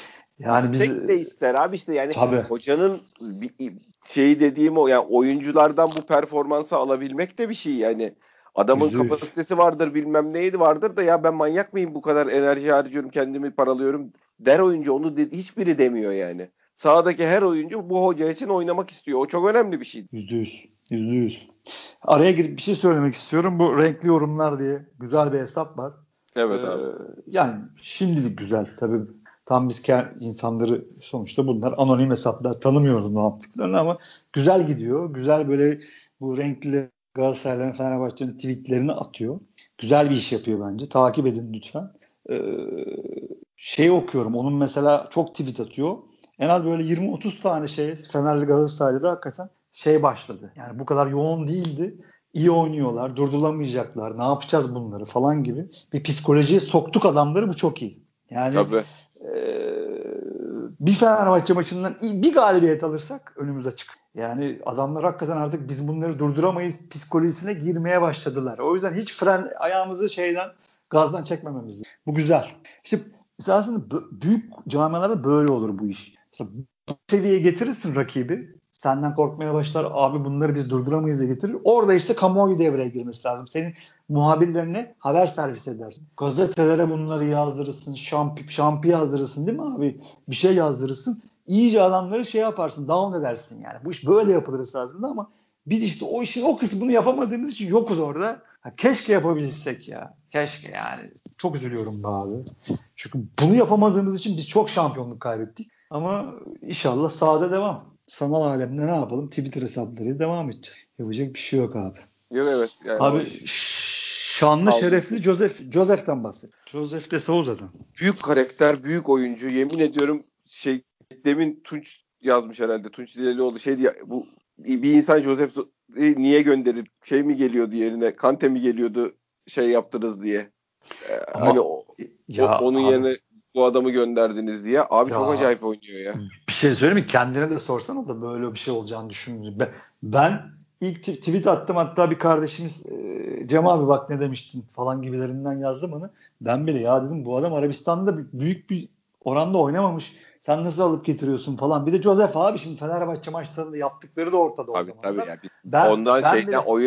Yani biz İstek de ister abi işte yani tabii hocanın bir, şeyi dediğim o yani oyunculardan bu performansı alabilmek de bir şey yani. Adamın yüzde yüz. kapasitesi vardır bilmem neydi vardır da ya ben manyak mıyım bu kadar enerji harcıyorum kendimi paralıyorum der oyuncu onu dedi, hiçbiri demiyor yani. Sahadaki her oyuncu bu hoca için oynamak istiyor. O çok önemli bir şey. Yüzde yüz. Yüzde yüz. Araya girip bir şey söylemek istiyorum. Bu renkli yorumlar diye güzel bir hesap var. Evet Ee, abi. yani şimdilik güzel. Tabii tam biz insanları sonuçta bunlar anonim hesaplar tanımıyoruz ne yaptıklarını ama güzel gidiyor. Güzel böyle bu renkli Galatasaray'ların Fenerbahçe'nin tweetlerini atıyor. Güzel bir iş yapıyor bence. Takip edin lütfen. Ee, şeyi okuyorum. Onun mesela çok tweet atıyor. En az böyle yirmi otuz tane şey Fenerli Galatasaray'da hakikaten şey başladı. Yani bu kadar yoğun değildi. İyi oynuyorlar, durdurulamayacaklar, ne yapacağız bunları falan gibi bir psikolojiye soktuk adamları, bu çok iyi. Yani Tabii. e, bir Fenerbahçe maçından bir galibiyet alırsak önümüz açık. Yani adamlar hakikaten artık biz bunları durduramayız psikolojisine girmeye başladılar. O yüzden hiç fren ayağımızı şeyden gazdan çekmememiz lazım. Bu güzel. İşte esasında büyük camialarda böyle olur bu iş. Mesela bu seviyeye getirirsin rakibi. Senden korkmaya başlar. Abi bunları biz durduramayız diye getirir. Orada işte kamuoyu devreye girmesi lazım. Senin muhabirlerine haber servis edersin. Gazetelere bunları yazdırırsın. Şampi, şampi yazdırırsın değil mi abi? Bir şey yazdırırsın. İyice adamları şey yaparsın. Down edersin yani. Bu iş böyle yapılır esasında ama biz işte o işin o kısmını yapamadığımız için yokuz orada. Ha, keşke yapabilsek ya. Keşke yani. Çok üzülüyorum be abi. Çünkü bunu yapamadığımız için biz çok şampiyonluk kaybettik. Ama inşallah sahada devam. Sanal alemde ne yapalım? Twitter hesapları devam edeceğiz. Yapacak bir şey yok abi. Yok evet yani o Abi iş şanlı şerefli kalmayacak. Joseph, Joseph'ten bahset. Joseph de Souza'dan. Büyük karakter, büyük oyuncu. Yemin ediyorum şey demin Tunç yazmış herhalde. Tunç Dilelioğlu şey diye bu bir insan Joseph niye gönderir? Şey mi geliyordu yerine? Kante mi geliyordu şey yaptınız diye. Ee, hani Ama o, ya o- onun abi yerine bu adamı gönderdiniz diye. Abi çok ya acayip oynuyor ya. bir şey söyleyeyim mi? Kendine de sorsan o da böyle bir şey olacağını düşünmüyor. Ben, ben ilk t- tweet attım, hatta bir kardeşimiz e, Cem abi bak ne demiştin falan gibilerinden yazdım onu. Ben bile ya dedim bu adam Arabistan'da bir- büyük bir oranda oynamamış. Sen nasıl alıp getiriyorsun falan. Bir de Joseph abi şimdi Fenerbahçe maçlarında yaptıkları da ortada o Abi tabii zamanlar. ya biz Ben ondan ben şeyden bile oyun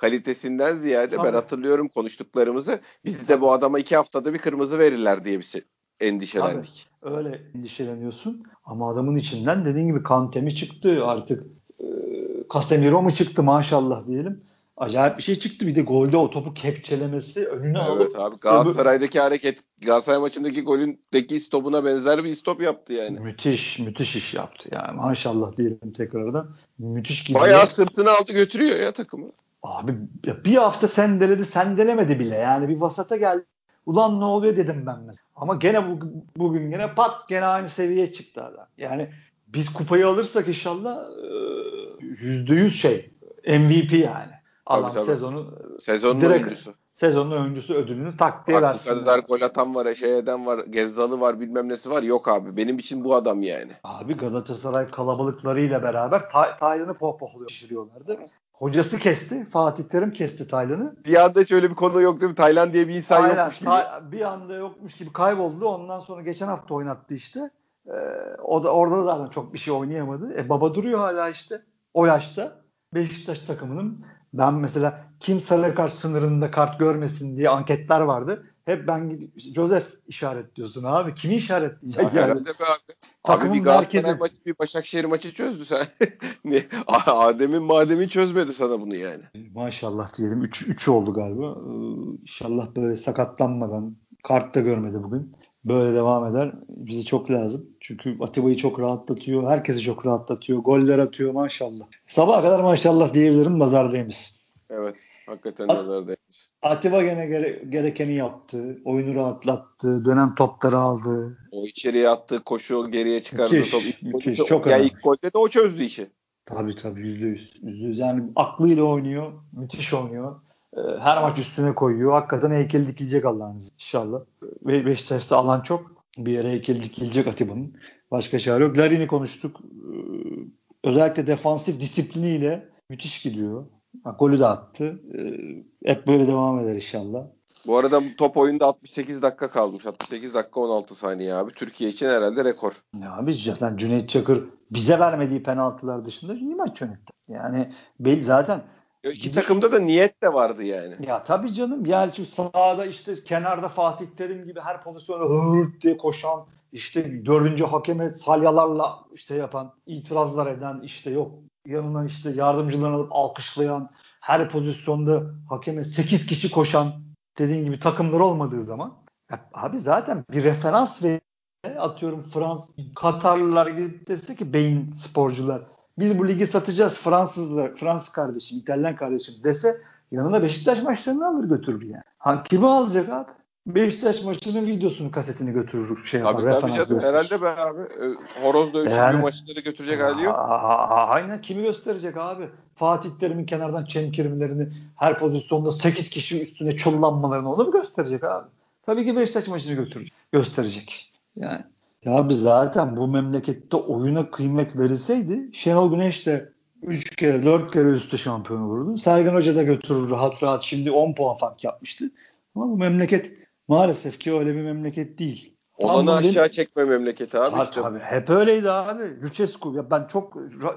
kalitesinden ziyade Tabii. ben hatırlıyorum konuştuklarımızı. Biz de Tabii. bu adama iki haftada bir kırmızı verirler diye bir şey Tabii. endişelendik. Öyle endişeleniyorsun. Ama adamın içinden dediğin gibi Kante mi çıktı artık, e, Casemiro mu çıktı maşallah diyelim. Acayip bir şey çıktı. Bir de golde o topu kepçelemesi, önüne Evet alıp abi, öbür... Galatasaray'daki hareket Galatasaray maçındaki golündeki istopuna benzer bir istop yaptı yani. Müthiş, müthiş iş yaptı. Yani maşallah diyelim tekrardan. Müthiş Bayağı gidiyor. sırtına aldı götürüyor ya takımı. Abi bir hafta sendeledi, sendelemedi bile. Yani bir vasata geldi. Ulan ne oluyor dedim ben mesela. Ama gene bugün, bugün gene pat gene aynı seviyeye çıktı adam. Yani biz kupayı alırsak inşallah yüzde yüz şey M V P yani. Tabii Adam tabii. sezonu Sezonun direkt oyuncusu. sezonun oyuncusu ödülünü tak diye Bak bu versinler. kadar gol atan var, şey eden var, Gezzalı var, bilmem nesi var. Yok abi. Benim için bu adam yani. Abi Galatasaray kalabalıklarıyla beraber Tay- Taylan'ı pohpohluyor, şişiriyorlardı. Hocası kesti. Fatih Terim kesti Taylan'ı. Bir anda hiç öyle bir konu yok değil mi? Tayland diye bir insan Aynen. yokmuş gibi. Ta- bir anda yokmuş gibi kayboldu. Ondan sonra geçen hafta oynattı işte. Ee, o da orada da zaten çok bir şey oynayamadı. E baba duruyor hala işte. O yaşta. Beşiktaş takımının, ben mesela kim sarı kart sınırında kart görmesin diye anketler vardı. Hep ben gidip Joseph işaretliyorsun abi. Kimi Ya işaretleyecek yani? herhalde be abi. Abi Takımın bir Galatasaray merkezi. maçı, bir Başakşehir maçı çözdü sen. Niye? Adem'in mademin çözmedi sana bunu yani. Maşallah diyelim. üç oldu galiba. Ee, İnşallah böyle sakatlanmadan, kart da görmedi bugün. Böyle devam eder. Bize çok lazım. Çünkü Atiba'yı çok rahatlatıyor. Herkesi çok rahatlatıyor. Goller atıyor maşallah. Sabaha kadar maşallah diyebilirim. Nazardaymış. Evet. Hakikaten At nazardaymış. Atiba gene gere- gerekeni yaptı. Oyunu rahatlattı. Dönen topları aldı. O içeriye attığı koşu, geriye çıkardığı top. İlk Müthiş. golde Müthiş. de, Çok ya önemli. ilk golde de o çözdü işi. Tabii tabii. Yüzde yüz. Yüzde yüz. Yani aklıyla oynuyor. Müthiş oynuyor. Ee, Her maç üstüne koyuyor. Hakikaten heykel dikilecek Allah'ın izniyle inşallah. Ve Beşiktaş'ta alan çok. Bir yere heykel dikilecek Atiba'nın. Başka çare yok. Larin'i konuştuk. Ee, Özellikle defansif disipliniyle müthiş gidiyor. Ha, golü de attı. Ee, Hep böyle devam eder inşallah. Bu arada bu top oyunda altmış sekiz dakika kalmış. altmış sekiz dakika on altı saniye abi. Türkiye için herhalde rekor. Ya abi zaten Cüneyt Çakır bize vermediği penaltılar dışında iyi maç yönetti. Yani belli zaten İki gidiş. takımda da niyet de vardı yani. Ya tabii canım. Yani şu sahada işte kenarda Fatih Terim gibi her pozisyona hırt diye koşan, işte dördüncü hakeme salyalarla işte yapan, itirazlar eden, işte yok yanına işte yardımcılarını alıp alkışlayan, her pozisyonda hakeme sekiz kişi koşan, dediğin gibi takımlar olmadığı zaman ya abi zaten bir referans ve atıyorum Frans Katarlılar gidip dese ki beyin sporcular biz bu ligi satacağız, Fransızlar, Fransız kardeşim, İtalyan kardeşim dese yanına Beşiktaş maçlarını alır götürür yani. Ha, kimi alacak abi? Beşiktaş maçının videosunu, kasetini götürür, şey yapar, Tabii tabii referans canım. Herhalde gösterir. be abi. Ee, Horoz dövüşü gibi Yani maçları götürecek hali a- yok. a- aynen kimi gösterecek abi? Fatih Terim'in kenardan çemkirmelerini, her pozisyonda sekiz kişi üstüne çullanmalarını onu mu gösterecek abi? Tabii ki Beşiktaş maçını götürecek, gösterecek. Yani ya abi zaten bu memlekette oyuna kıymet verilseydi Şenol Güneş de üç kere dört kere üstü şampiyon olurdu. Sergen Hoca da götürür rahat rahat, şimdi on puan fark yapmıştı. Ama bu memleket maalesef ki öyle bir memleket değil. Tam Olanı bunu dem aşağı çekme memleketi abi Ta, işte. tabii hep öyleydi abi. Lucescu, ya ben çok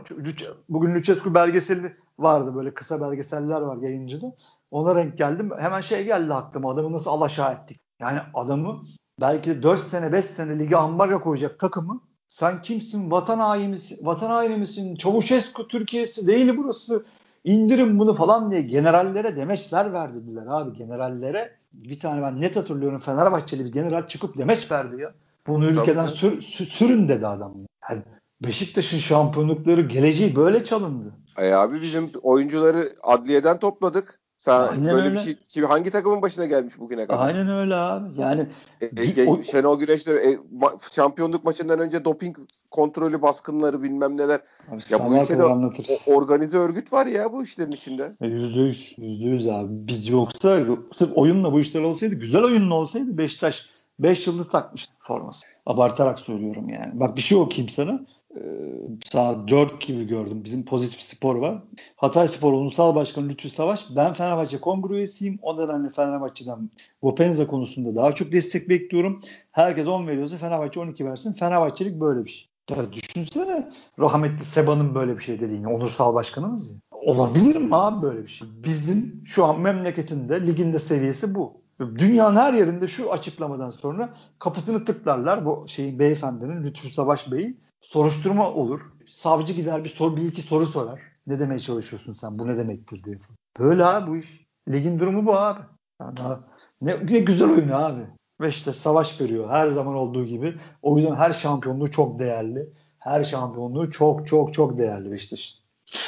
bugün Lucescu belgeseli vardı, böyle kısa belgeseller var yayıncıda. Ona renk geldim. Hemen şey geldi aklıma, adamı nasıl alaşağı ettik. Yani adamı belki de dört sene beş sene lige ambargo koyacak takımı sen kimsin, vatan haini misin, vatan haini misin, Çavuşescu Türkiye'si değil burası, indirin bunu falan diye generallere demeçler verdiler abi, generallere. Bir tane ben net hatırlıyorum, Fenerbahçeli bir general çıkıp demeç verdi ya. Bunu Tabii ülkeden canım. sür, sü- sürün dedi adam. Yani Beşiktaş'ın şampiyonlukları, geleceği böyle çalındı. Ay abi bizim oyuncuları adliyeden topladık. Sen Aynen böyle bir öyle. şey şimdi hangi takımın başına gelmiş bugüne kadar? Aynen öyle abi. Yani E, dü- e, o, Şenol Güneş'le e, ma- şampiyonluk maçından önce doping kontrolü baskınları bilmem neler. abi Ya bu sabaha ülkede kadar o- anlatırız. organize örgüt var ya bu işlerin içinde. E, Yüzde yüz. Yüzde yüz abi. Biz yoksa sırf oyunla bu işler olsaydı, güzel oyunla olsaydı Beşiktaş beş yıldız takmıştı forması. Abartarak söylüyorum yani. Bak bir şey okuyayım sana. Ee, Saat dört gibi gördüm. Bizim Pozitif Spor var. Hatay Spor Ulusal Başkanı Lütfü Savaş. Ben Fenerbahçe kongre üyesiyim. O nedenle Fenerbahçe'den Gopenza konusunda daha çok destek bekliyorum. Herkes on veriyorsa Fenerbahçe on iki versin. Fenerbahçelik böyle bir şey. Ya düşünsene rahmetli Seba'nın böyle bir şey dediğini. Onursal başkanımız ya. Olabilir mi abi böyle bir şey? Bizim şu an memleketinde liginde seviyesi bu. Dünyanın her yerinde şu açıklamadan sonra kapısını tıklarlar bu şeyin beyefendinin Lütfü Savaş Bey'in soruşturma olur. Savcı gider bir soru bir iki soru sorar. Ne demeye çalışıyorsun sen? Bu ne demektir diye. Böyle abi bu iş. Ligin durumu bu abi. Yani daha, ne, ne güzel oyun abi. Ve işte savaş veriyor her zaman olduğu gibi. O yüzden her şampiyonluğu çok değerli. Her şampiyonluğu çok çok çok değerli Beşiktaş'ın.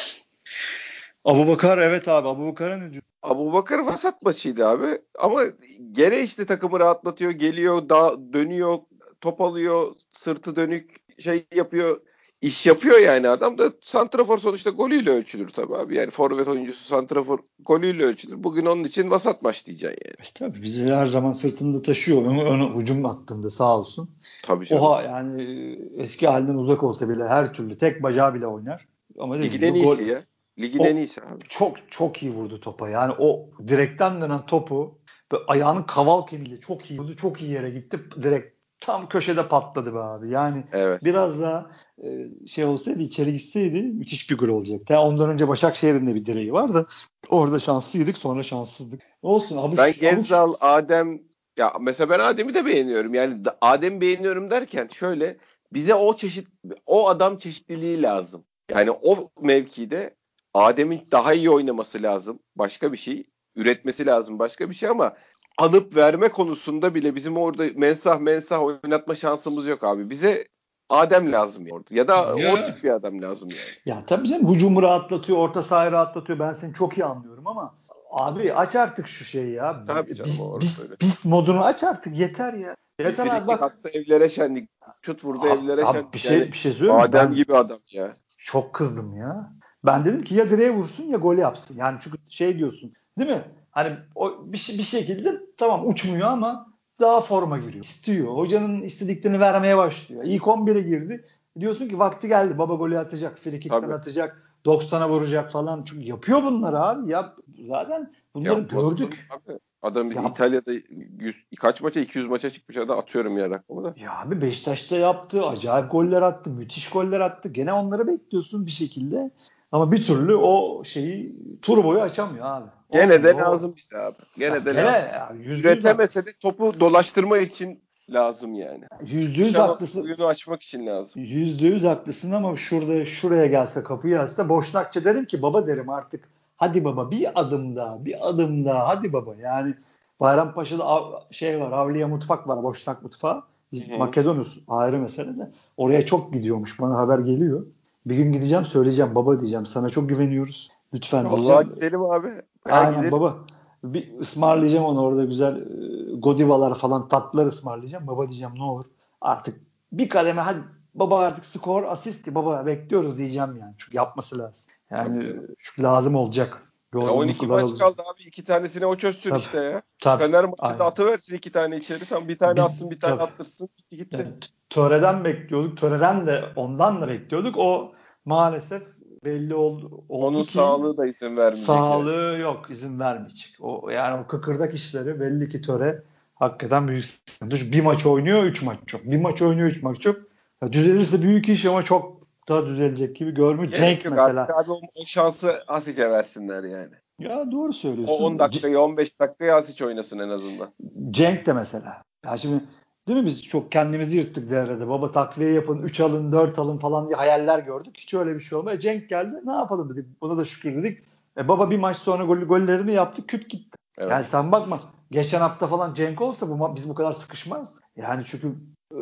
Abubakar evet abi. Abubakar'a ne diyor? Abubakar vasat maçıydı abi. Ama gene işte takımı rahatlatıyor. Geliyor, da dönüyor, top alıyor, sırtı dönük şey yapıyor. İş yapıyor yani adam da santrafor sonuçta golüyle ölçülür tabii abi. Yani forvet oyuncusu santrafor golüyle ölçülür. Bugün onun için vasat maç diyeceksin yani. İşte tabii bizi her zaman sırtında taşıyor. Ön, ön hücum attığında sağ olsun. Tabii canım. Oha yani eski halinden uzak olsa bile her türlü tek bacağı bile oynar. Ama dediğim Ligin gibi en gol iyisi ya. Ligin en o iyisi abi. çok çok iyi vurdu topa. Yani o direkten dönen topu böyle ayağının kaval kemiğiyle çok iyi vurdu. Çok iyi yere gitti. Direkt tam köşede patladı be abi. Yani Evet. biraz daha e, şey olsaydı içeri gitseydi müthiş bir gol olacaktı. Yani ondan önce Başakşehir'in de bir direği var da orada şanslıydık sonra şanssızdık. Olsun Ben abuş abuş. Gezzal, Adem ya mesela ben Adem'i de beğeniyorum. Yani da- Adem'i beğeniyorum derken şöyle bize o çeşit o adam çeşitliliği lazım. Yani o mevkide Adem'in daha iyi oynaması lazım. Başka bir şey. Üretmesi lazım başka bir şey ama alıp verme konusunda bile bizim orada mensah mensah oynatma şansımız yok abi. Bize Adem lazım orada. Ya da o Ya. tip bir adam lazım yani. Ya tabii canım hücumu rahatlatıyor, orta sahayı rahatlatıyor. Ben seni çok iyi anlıyorum ama abi aç artık şu şeyi ya. Tabii canım Biz orası biz öyle. biz modunu aç artık yeter ya. Bir Yeter abi frikik bak. attı evlere şenlik. Şut vurdu Abi, evlere abi bir şenlik. şey Yani bir şey söyleyeyim mi? Adem Ben gibi adam ya. çok kızdım ya. Ben dedim ki ya direğe vursun ya gol yapsın. Yani çünkü şey diyorsun, değil mi? Hani o bir, bir şekilde tamam uçmuyor ama daha forma giriyor. İstiyor. Hocanın istediklerini vermeye başlıyor. İlk on bire girdi. Diyorsun ki vakti geldi. Baba golü atacak. Frikikten Tabii. atacak. doksana vuracak falan. Çünkü yapıyor bunları abi. Yap, zaten bunları Yapmaz olur mu gördük. abi? Adam Yap, İtalya'da yüz, kaç maça iki yüz maça çıkmış adam atıyorum ya rakamı da. ya abi Beşiktaş'ta yaptı. Acayip goller attı. Müthiş goller attı. Gene onları bekliyorsun bir şekilde. Ama bir türlü o şeyi turboyu açamıyor abi. Gene de Olmuyor. O, lazım bize abi. ya Gene de gene lazım. ya yüzde yüz Üretemese de haklısın. topu dolaştırma için lazım yani. Yüzde yüz Şenol haklısın. oyunu açmak için lazım. Yüzde yüz haklısın ama şurada şuraya gelse kapıyı açsa Boşnakça derim ki baba derim artık. Hadi baba bir adım daha bir adım daha hadi baba. Yani Bayrampaşa'da av- şey var Avliya mutfak var Boşnak mutfağı. Hı Biz hı. Makedonuz ayrı mesele de. Oraya çok gidiyormuş bana haber geliyor. Bir gün gideceğim söyleyeceğim baba diyeceğim sana çok güveniyoruz. Lütfen Vallahi diyeceğim. gidelim abi. Ya Aynen gidelim. baba. Bir ısmarlayacağım onu orada güzel e, godivalar falan tatlılar ısmarlayacağım. Baba diyeceğim ne olur. Artık bir kademe hadi baba artık skor asist baba bekliyoruz diyeceğim yani. Çünkü yapması lazım. Tabii Yani canım. çünkü lazım olacak. E on iki Yorgunluklar maç olacak. kaldı abi. İki tanesini o çözsün Tabii. işte ya. Tabii. Fener maçında Aynen. atıversin iki tane içeri. Tam bir tane Biz atsın bir tane tabii. attırsın. Gitti gitti. Yani, Töre'den bekliyorduk. Töre'den de ondan da bekliyorduk. O maalesef belli oldu, Onun oldu ki sağlığı da izin vermeyecek yani. sağlığı yok, izin vermeyecek. O yani o kıkırdak işleri belli ki Töre hakikaten büyük sıkıntı. Bir maç oynuyor, üç maç çok. Bir maç oynuyor, üç maç çok. Ya düzelirse büyük iş ama çok daha düzelecek gibi görmüyor. Gerek Cenk yok artık mesela. abi o, o şansı Hasic'e versinler yani. Ya doğru O on söylüyorsun. C- dakikayı on beş dakikayı Hasic oynasın en azından. Cenk de mesela. Ya şimdi değil mi biz çok kendimizi yırttık devrede. Baba takviye yapın, üç alın, dört alın falan diye hayaller gördük. Hiç öyle bir şey olmuyor. E, Cenk geldi. Ne yapalım dedik. Buna da şükür dedik. E, baba bir maç sonra gol, gollerini yaptı. Küt gitti. Evet. Yani sen bakma. Geçen hafta falan Cenk olsa bu ma- biz bu kadar sıkışmaz. Yani çünkü e,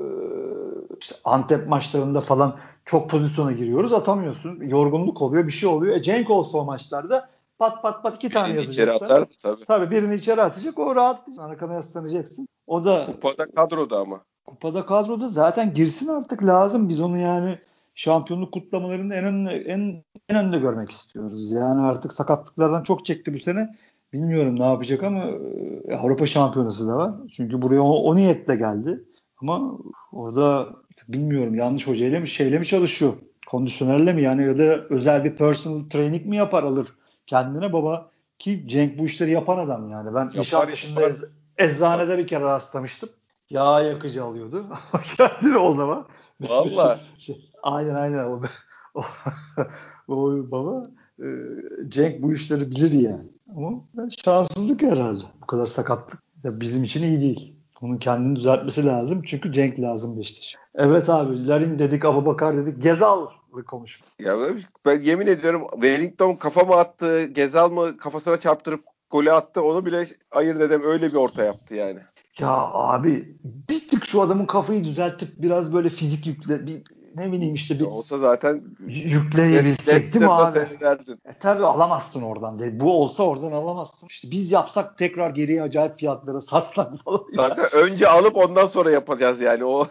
işte Antep maçlarında falan çok pozisyona giriyoruz. Atamıyorsun. Yorgunluk oluyor. Bir şey oluyor. E, Cenk olsa o maçlarda pat pat pat iki tane Birini içeri yazacak sana. atardı tabii. Tabii birini içeri atacak. O rahat. Arkana yaslanacaksın. O da Kupada kadroda ama. kupada kadroda zaten girsin artık lazım. Biz onu yani şampiyonluk kutlamalarında en önde, en, en önde görmek istiyoruz. Yani artık sakatlıklardan çok çekti bu sene. Bilmiyorum ne yapacak ama e, Avrupa Şampiyonası da var. Çünkü buraya o, o niyetle geldi. Ama orada bilmiyorum yanlış hocayla mı şeyle mi çalışıyor? Kondisyonerle mi yani ya da özel bir personal training mi yapar alır kendine baba ki Cenk bu işleri yapan adam yani. Ben Yapar Nişantaşı'nda yapar. ez, Tabii. eczanede bir kere rastlamıştım. Yağ yakıcı alıyordu. Kendini o zaman. Valla. Şey, aynen aynen o, o, o baba. e, Cenk bu işleri bilir yani. Ama şanssızlık herhalde. Bu kadar sakatlık ya bizim için iyi değil. Onun kendini düzeltmesi lazım. Çünkü Cenk lazım Beşiktaş. Evet abi. Larin dedik, Abubakar dedik. Gezal'ı konuş. Ya ben, ben yemin ediyorum Wellington kafa mı attı, Gezal mı kafasına çarptırıp golü attı, onu bile ayırt edem, öyle bir orta yaptı yani. Ya abi bir tık şu adamın kafayı düzeltip biraz böyle fizik yükle, bir, ne bileyim işte Ya bir olsa zaten yükleyebilsek değil mi Leicester'da abi? seyrederdin. E tabi alamazsın oradan. De. Bu olsa oradan alamazsın. İşte biz yapsak tekrar geriye acayip fiyatlara satsak falan. Zaten önce alıp ondan sonra yapacağız yani. O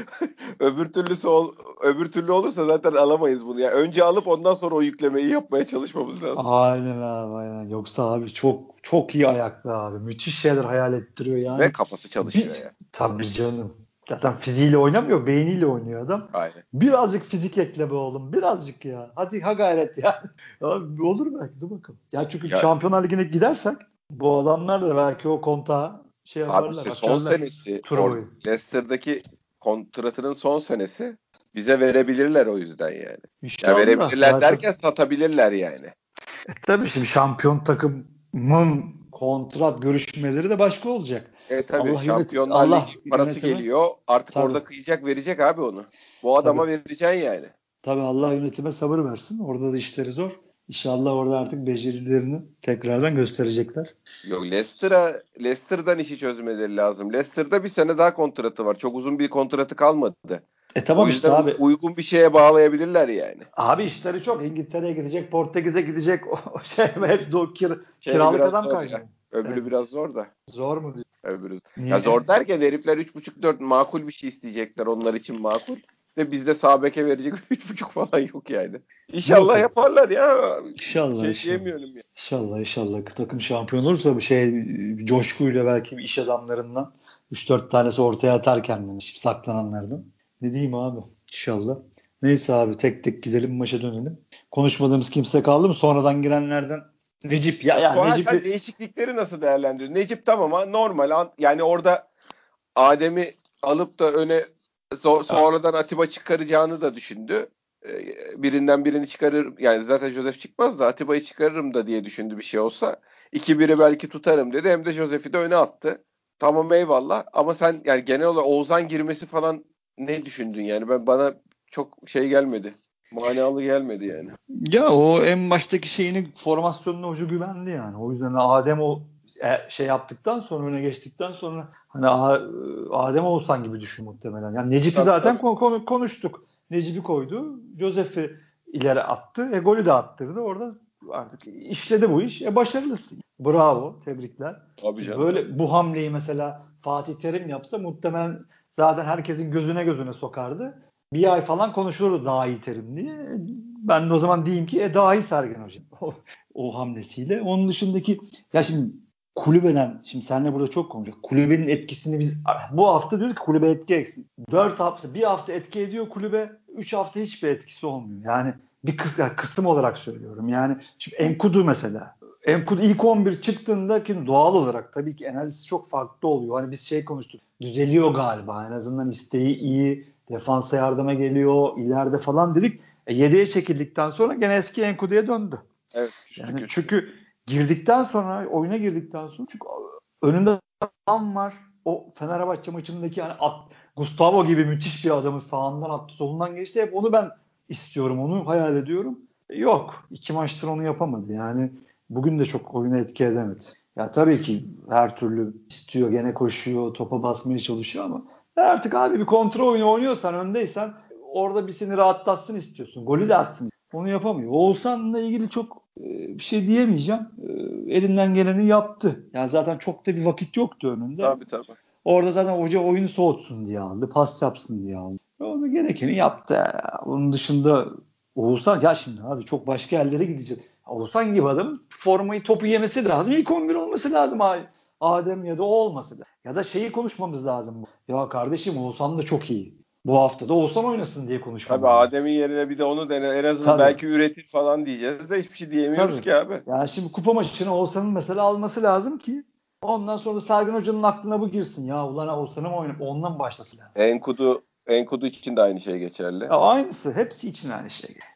öbür türlüsü ol, öbür türlü olursa zaten alamayız bunu. Yani önce alıp ondan sonra o yüklemeyi yapmaya çalışmamız lazım. Aynen abi aynen. Yoksa abi çok çok iyi ayaklı abi. Müthiş şeyler hayal ettiriyor Ve yani. kafası çalışıyor Bir, ya. tabii canım. Zaten fiziğiyle oynamıyor, beyniyle oynuyor adam. Aynen. Birazcık fizik ekle be oğlum. Birazcık ya. Hadi ha gayret yani. Abi olur belki dur bakalım. Ya çünkü Ya Şampiyonlar Ligi'ne gidersek bu adamlar da belki o kontağı şey abi yaparlar, işte son açarlar senesi, tur or boyu. Leicester'daki kontratının son senesi, bize verebilirler o yüzden yani. Ya İnşallah verebilirler zaten. derken satabilirler yani. E tabii şimdi şampiyon takımın kontrat görüşmeleri de başka olacak. E tabii Allah yönet Şampiyonlar Allah Ligi parası yönetimi geliyor. Artık tabii orada kıyacak, verecek abi onu. Bu tabii. adama vereceksin yani. Tabii Allah yönetime sabır versin. Orada da işleri zor. İnşallah orada artık becerilerini tekrardan gösterecekler. Yok, Leicester'a Leicester'dan işi çözmeleri lazım. Leicester'da bir sene daha kontratı var. Çok uzun bir kontratı kalmadı. E O tamam işte yüzden u- abi. uygun bir şeye bağlayabilirler yani. Abi işleri çok. İngiltere'ye gidecek, Portekiz'e gidecek. O o şey hep do, kir, Şey kiralık biraz adam zor kaynıyor. ya. Öbürü Evet. biraz zor da. Zor mu diyor? Öbürü. Ya Niye? zor derken herifler üç buçuk dört makul bir şey isteyecekler. Onlar için makul. Ve bizde sağ beke verecek üç buçuk falan yok yani. İnşallah Yok. yaparlar ya. İnşallah Şey inşallah. diyemiyorum ya. İnşallah inşallah takım şampiyon olursa bu şey coşkuyla belki bir iş adamlarından üç dört tanesi ortaya atar kendini şimdi saklananlardan. Ne diyeyim abi? İnşallah. Neyse abi tek tek gidelim maça dönelim. Konuşmadığımız kimse kaldı mı? Sonradan girenlerden Necip ya Ya ya Suha, sen Necip'i değişiklikleri nasıl değerlendiriyorsun? Necip tamam ama normal. An- Yani orada Adem'i alıp da öne so- sonradan Atiba çıkaracağını da düşündü. Ee, Birinden birini çıkarır. Yani zaten Joseph çıkmaz da Atiba'yı çıkarırım da diye düşündü bir şey olsa. iki biri belki tutarım dedi. Hem de Joseph'i de öne attı. Tamam, eyvallah. Ama sen yani genel olarak Oğuzhan girmesi falan ne düşündün yani? Ben bana çok şey gelmedi. Manalı gelmedi yani. ya o en baştaki şeyini formasyonuna hoca güvendi yani. O yüzden Adem o e, şey yaptıktan sonra öne geçtikten sonra hani A- Adem Oğuzhan gibi düşün muhtemelen. Yani Necip'i Tabii zaten tabii. konu- konu- konuştuk. Necip'i koydu. Josef'i ileri attı. E golü de attırdı. Orada artık işledi bu iş. E başarılısın. Bravo. Tebrikler. Tabii Şimdi canım. böyle bu hamleyi mesela Fatih Terim yapsa muhtemelen zaten herkesin gözüne gözüne sokardı. Bir ay falan konuşulurdu daha iyi Terim diye. Ben de o zaman diyeyim ki e, daha iyi Sergen Hoca. O, o hamlesiyle. Onun dışındaki ya şimdi kulübeden şimdi seninle burada çok konuşacak. Kulübenin etkisini biz bu hafta diyoruz ki kulübe etki eksik. Dört hafta bir hafta etki ediyor kulübe. Üç hafta hiçbir etkisi olmuyor. Yani bir kısım, yani kısım olarak söylüyorum. Yani şimdi Enkudu mesela. Enkudu ilk on bir çıktığında ki doğal olarak tabii ki enerjisi çok farklı oluyor. Hani biz şey konuştuk. Düzeliyor galiba. En azından isteği iyi. Defansa yardıma geliyor. ileride falan dedik. E, yediye çekildikten sonra gene eski Enkudu'ya döndü. Evet, küçücük Yani küçücük. çünkü girdikten sonra oyuna girdikten sonra çünkü önünde adam var. O Fenerbahçe maçındaki hani at, Gustavo gibi müthiş bir adamın sağından attı, solundan geçti. Hep onu ben istiyorum, onu hayal ediyorum. E, yok. iki maçtır onu yapamadı. Yani bugün de çok oyuna etki edemedi. Ya tabii ki her türlü istiyor, gene koşuyor, topa basmaya çalışıyor ama artık abi bir kontrol oyunu oynuyorsan, öndeysen orada bir seni rahatlatsın istiyorsun. Golü de atsın. Onu yapamıyor. Oğuzhan'la ilgili çok e, bir şey diyemeyeceğim. E, elinden geleni yaptı. Yani zaten çok da bir vakit yoktu önünde. Tabii tabii. Orada zaten hoca oyunu soğutsun diye aldı. Pas yapsın diye aldı. Onu gerekeni yaptı. Onun dışında Oğuzhan ya şimdi abi çok başka yerlere gideceğiz. Oğuzhan gibi adamın formayı topu yemesi lazım. İlk on bir olması lazım. Adem ya da o olması lazım. Ya da şeyi konuşmamız lazım. Ya kardeşim Oğuzhan da çok iyi. Bu hafta da Oğuzhan oynasın diye Tabii konuşmamız lazım. Adem'in yerine bir de onu dene. En azından Tabii. belki üretir falan diyeceğiz de hiçbir şey diyemiyoruz Tabii. ki abi. Yani şimdi kupa maçını Oğuzhan'ın mesela alması lazım ki ondan sonra Sergen Hoca'nın aklına bu girsin. Ya ulan Oğuzhan'ı mı oynayıp ondan başlasın lazım. Enkudu Enkudu için de aynı şey geçerli. Ya aynısı. Hepsi için aynı şey.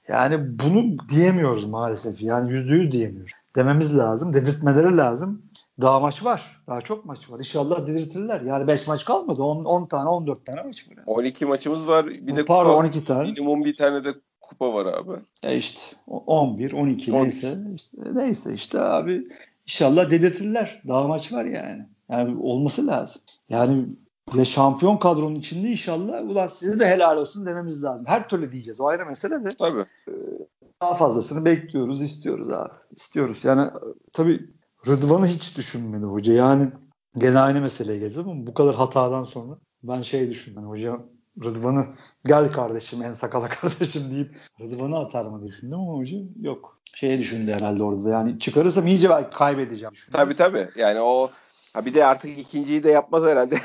Yani bunu diyemiyoruz maalesef. Yani yüzde yüz diyemiyoruz. Dememiz lazım. Dedirtmeleri lazım. Daha maç var. Daha çok maç var. İnşallah dedirtirler. Yani beş maç kalmadı. on, on tane on dört tane maç var. Yani. on iki maçımız var. Bir de Pardon kupa, on iki tane. minimum bir tane de kupa var abi. E işte on bir, on iki on üç. neyse. İşte, neyse işte abi. İnşallah dedirtirler. Daha maç var yani. Yani olması lazım. Yani ve şampiyon kadronun içinde inşallah ulan size de helal olsun dememiz lazım. Her türlü diyeceğiz. O ayrı mesele de. Tabii. Daha fazlasını bekliyoruz, istiyoruz abi. İstiyoruz. Yani tabii Rıdvan'ı hiç düşünmedi hoca. Yani gene aynı meseleye geldi ama bu kadar hatadan sonra ben şey düşündüm. Yani hoca Rıdvan'ı gel kardeşim en sakala kardeşim deyip Rıdvan'ı atar mı düşündüm ama hoca yok. Şeye düşündü herhalde orada. Yani çıkarırsam iyice belki kaybedeceğim düşündü. Tabii tabii. Yani o ha bir de artık ikinciyi de yapmaz herhalde.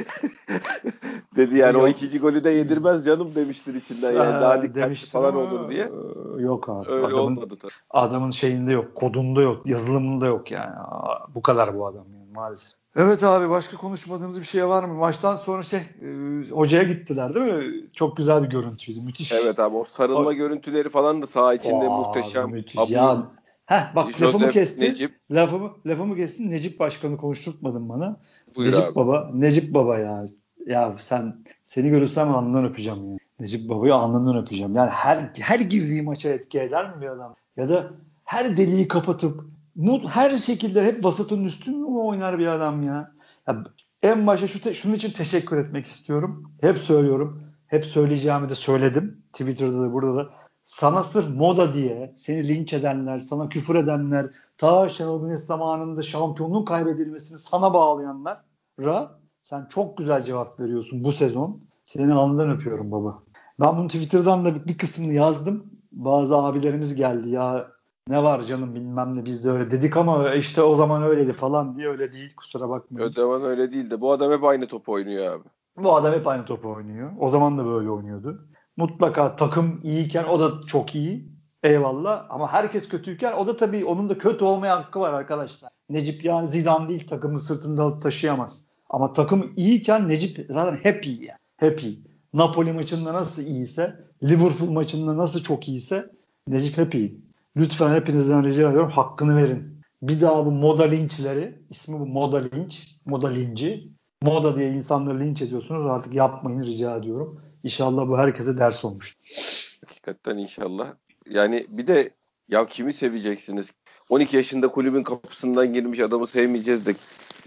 Dedi yani o Yok. ikinci golü de yedirmez canım demiştir içinden yani daha Ee, dikkatli demiştir falan ama olur diye. e, yok abi. Öyle Adamın olmadı tabii. adamın şeyinde yok, kodunda yok, yazılımında yok yani. Aa, bu kadar bu adam yani maalesef. Evet abi başka konuşmadığımız bir şey var mı? Maçtan sonra şey e, hocaya gittiler değil mi? Çok güzel bir görüntüydü. Müthiş. Evet abi o sarılma O, görüntüleri falan da saha içinde o abi muhteşem. müthiş. Abu, Ya heh, bak lafımı Joseph, kestin. Necip, Lafımı lafımı kestin. Necip Başkan'ı konuşturtmadın bana. buyur Necip abi. Baba, Necip Baba ya. Ya sen seni görürsem alnından öpeceğim ya. Necip Baba'yı alnından öpeceğim. Yani her her girdiği maça etki eder mi bir adam? Ya da her deliği kapatıp mut, her şekilde hep vasatın üstün mü oynar bir adam ya? Ya en başta şu te- şunun için teşekkür etmek istiyorum. Hep söylüyorum. Hep söyleyeceğimi de söyledim. Twitter'da da burada da. Sana sırf moda diye seni linç edenler, sana küfür edenler, ta Şenol Güneş zamanında şampiyonluğun kaybedilmesini sana bağlayanlara sen çok güzel cevap veriyorsun bu sezon. Seni alnından öpüyorum baba. Ben bunu Twitter'dan da bir kısmını yazdım. Bazı abilerimiz geldi ya ne var canım bilmem ne biz de öyle dedik ama işte o zaman öyleydi falan diye öyle değil kusura bakmayın. Ödevan öyle değil de bu adam hep aynı topu oynuyor abi. Bu adam hep aynı topu oynuyor. O zaman da böyle oynuyordu. Mutlaka takım iyiyken o da çok iyi. Eyvallah. Ama herkes kötüyken o da tabii onun da kötü olmaya hakkı var arkadaşlar. Necip yani Zidane değil takımı sırtında alıp taşıyamaz. Ama takım iyiyken Necip zaten hep iyi yani. Hep iyi. Napoli maçında nasıl iyiyse, Liverpool maçında nasıl çok iyiyse Necip hep iyi. Lütfen hepinizden rica ediyorum hakkını verin. Bir daha bu moda linçleri, ismi bu moda linç, moda linci moda diye insanları linç ediyorsunuz. Artık yapmayın rica ediyorum. İnşallah bu herkese ders olmuş. Hakikaten inşallah. Yani bir de ya kimi seveceksiniz? on iki yaşında kulübün kapısından girmiş adamı sevmeyeceğiz de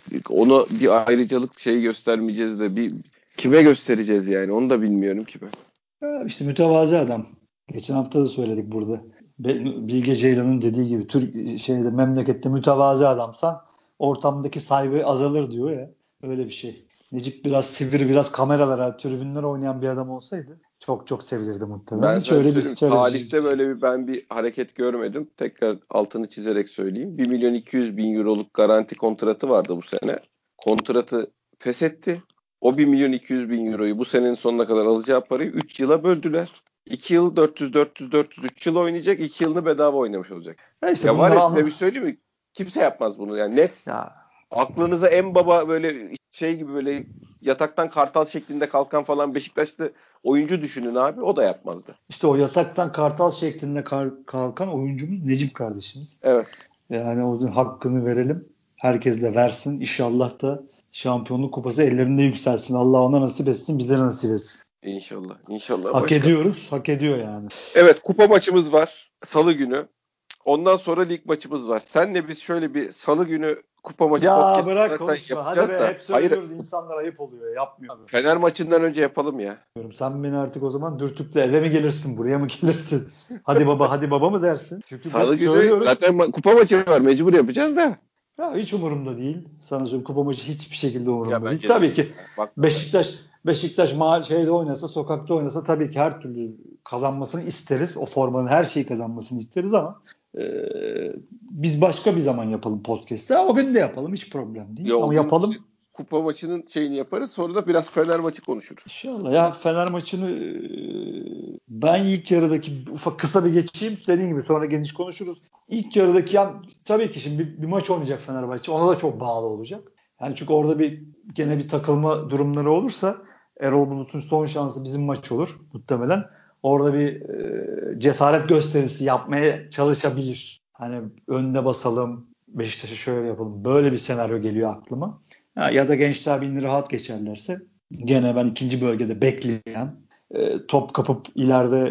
ona bir ayrıcalık şey göstermeyeceğiz de bir kime göstereceğiz yani onu da bilmiyorum ki ben. Ya işte mütevazi adam. Geçen hafta da söyledik burada. Bilge Ceylan'ın dediği gibi Türk şeyde memlekette mütevazi adamsan ortamdaki saygı azalır diyor ya. Öyle bir şey. Necip biraz sivri, biraz kameralara, tribünlere oynayan bir adam olsaydı çok çok sevilirdi muhtemelen. Ben Hiç sana bir öyle bir söyleyeyim mi? hiç öyle bir şey. Tarihte böyle bir ben bir hareket görmedim. Tekrar altını çizerek söyleyeyim. bir milyon iki yüz bin euroluk garanti kontratı vardı bu sene. Kontratı feshetti. O bir milyon iki yüz bin euroyu bu senenin sonuna kadar alacağı parayı üç yıla böldüler. iki yıl dört yüz dört yüz dört yüz üç yıl oynayacak. iki yılını bedava oynamış olacak. Ya işte Ya var bunları ya size bir anla. söyleyeyim mi? Kimse yapmaz bunu. Yani net. Ya Aklınıza en baba böyle şey gibi böyle yataktan kartal şeklinde kalkan falan Beşiktaşlı oyuncu düşünün abi. O da yapmazdı. İşte o yataktan kartal şeklinde kar- kalkan oyuncumuz Necip kardeşimiz. Evet. Yani o yüzden hakkını verelim. Herkes de versin. İnşallah da şampiyonluk kupası ellerinde yükselsin. Allah ona nasip etsin, bize nasip etsin. İnşallah. İnşallah Hak başkan. ediyoruz. Hak ediyor yani. Evet kupa maçımız var. Salı günü. Ondan sonra lig maçımız var. Senle biz şöyle bir salı günü kupa maçı Ya podcast bırak zaten konuşma. Hadi yapacağız be da. hep Hayır söylüyoruz. İnsanlar ayıp oluyor. Yapmıyor. Fener maçından önce yapalım ya. Sen beni artık o zaman dürtükle eve mi gelirsin? Buraya mı gelirsin? Hadi baba hadi baba mı dersin? Çünkü ben Salı günü söylüyorum. zaten ma- kupa maçı var. Mecbur yapacağız da. Ya hiç umurumda değil. Sana söyleyeyim kupa maçı hiçbir şekilde Ya umurumda değil. bence de Tabii değil ki ya. Bakma sen. Beşiktaş Beşiktaş mahalle şeyde oynasa, sokakta oynasa tabii ki her türlü kazanmasını isteriz. O formanın her şeyi kazanmasını isteriz ama e, biz başka bir zaman yapalım podcast'ı. O gün de yapalım hiç problem değil. Ya o Ama gün işte yapalım. kupa maçının şeyini yaparız. Sonra da biraz Fener maçı konuşuruz. İnşallah. Ya Fener maçını e, ben ilk yarıdaki ufak kısa bir geçeyim. Dediğim gibi sonra geniş konuşuruz. İlk yarıdaki ya, tabii ki şimdi bir, bir maç oynayacak Fenerbahçe. Ona da çok bağlı olacak. Yani çünkü orada bir gene bir takılma durumları olursa Erol Bulut'un son şansı bizim maç olur muhtemelen. orada bir e, cesaret gösterisi yapmaya çalışabilir. Hani önde basalım, Beşiktaş'a şöyle yapalım. Böyle bir senaryo geliyor aklıma. Ha, ya da Gençler Birliği'ni rahat geçerlerse gene ben ikinci bölgede bekleyen, e, top kapıp ileride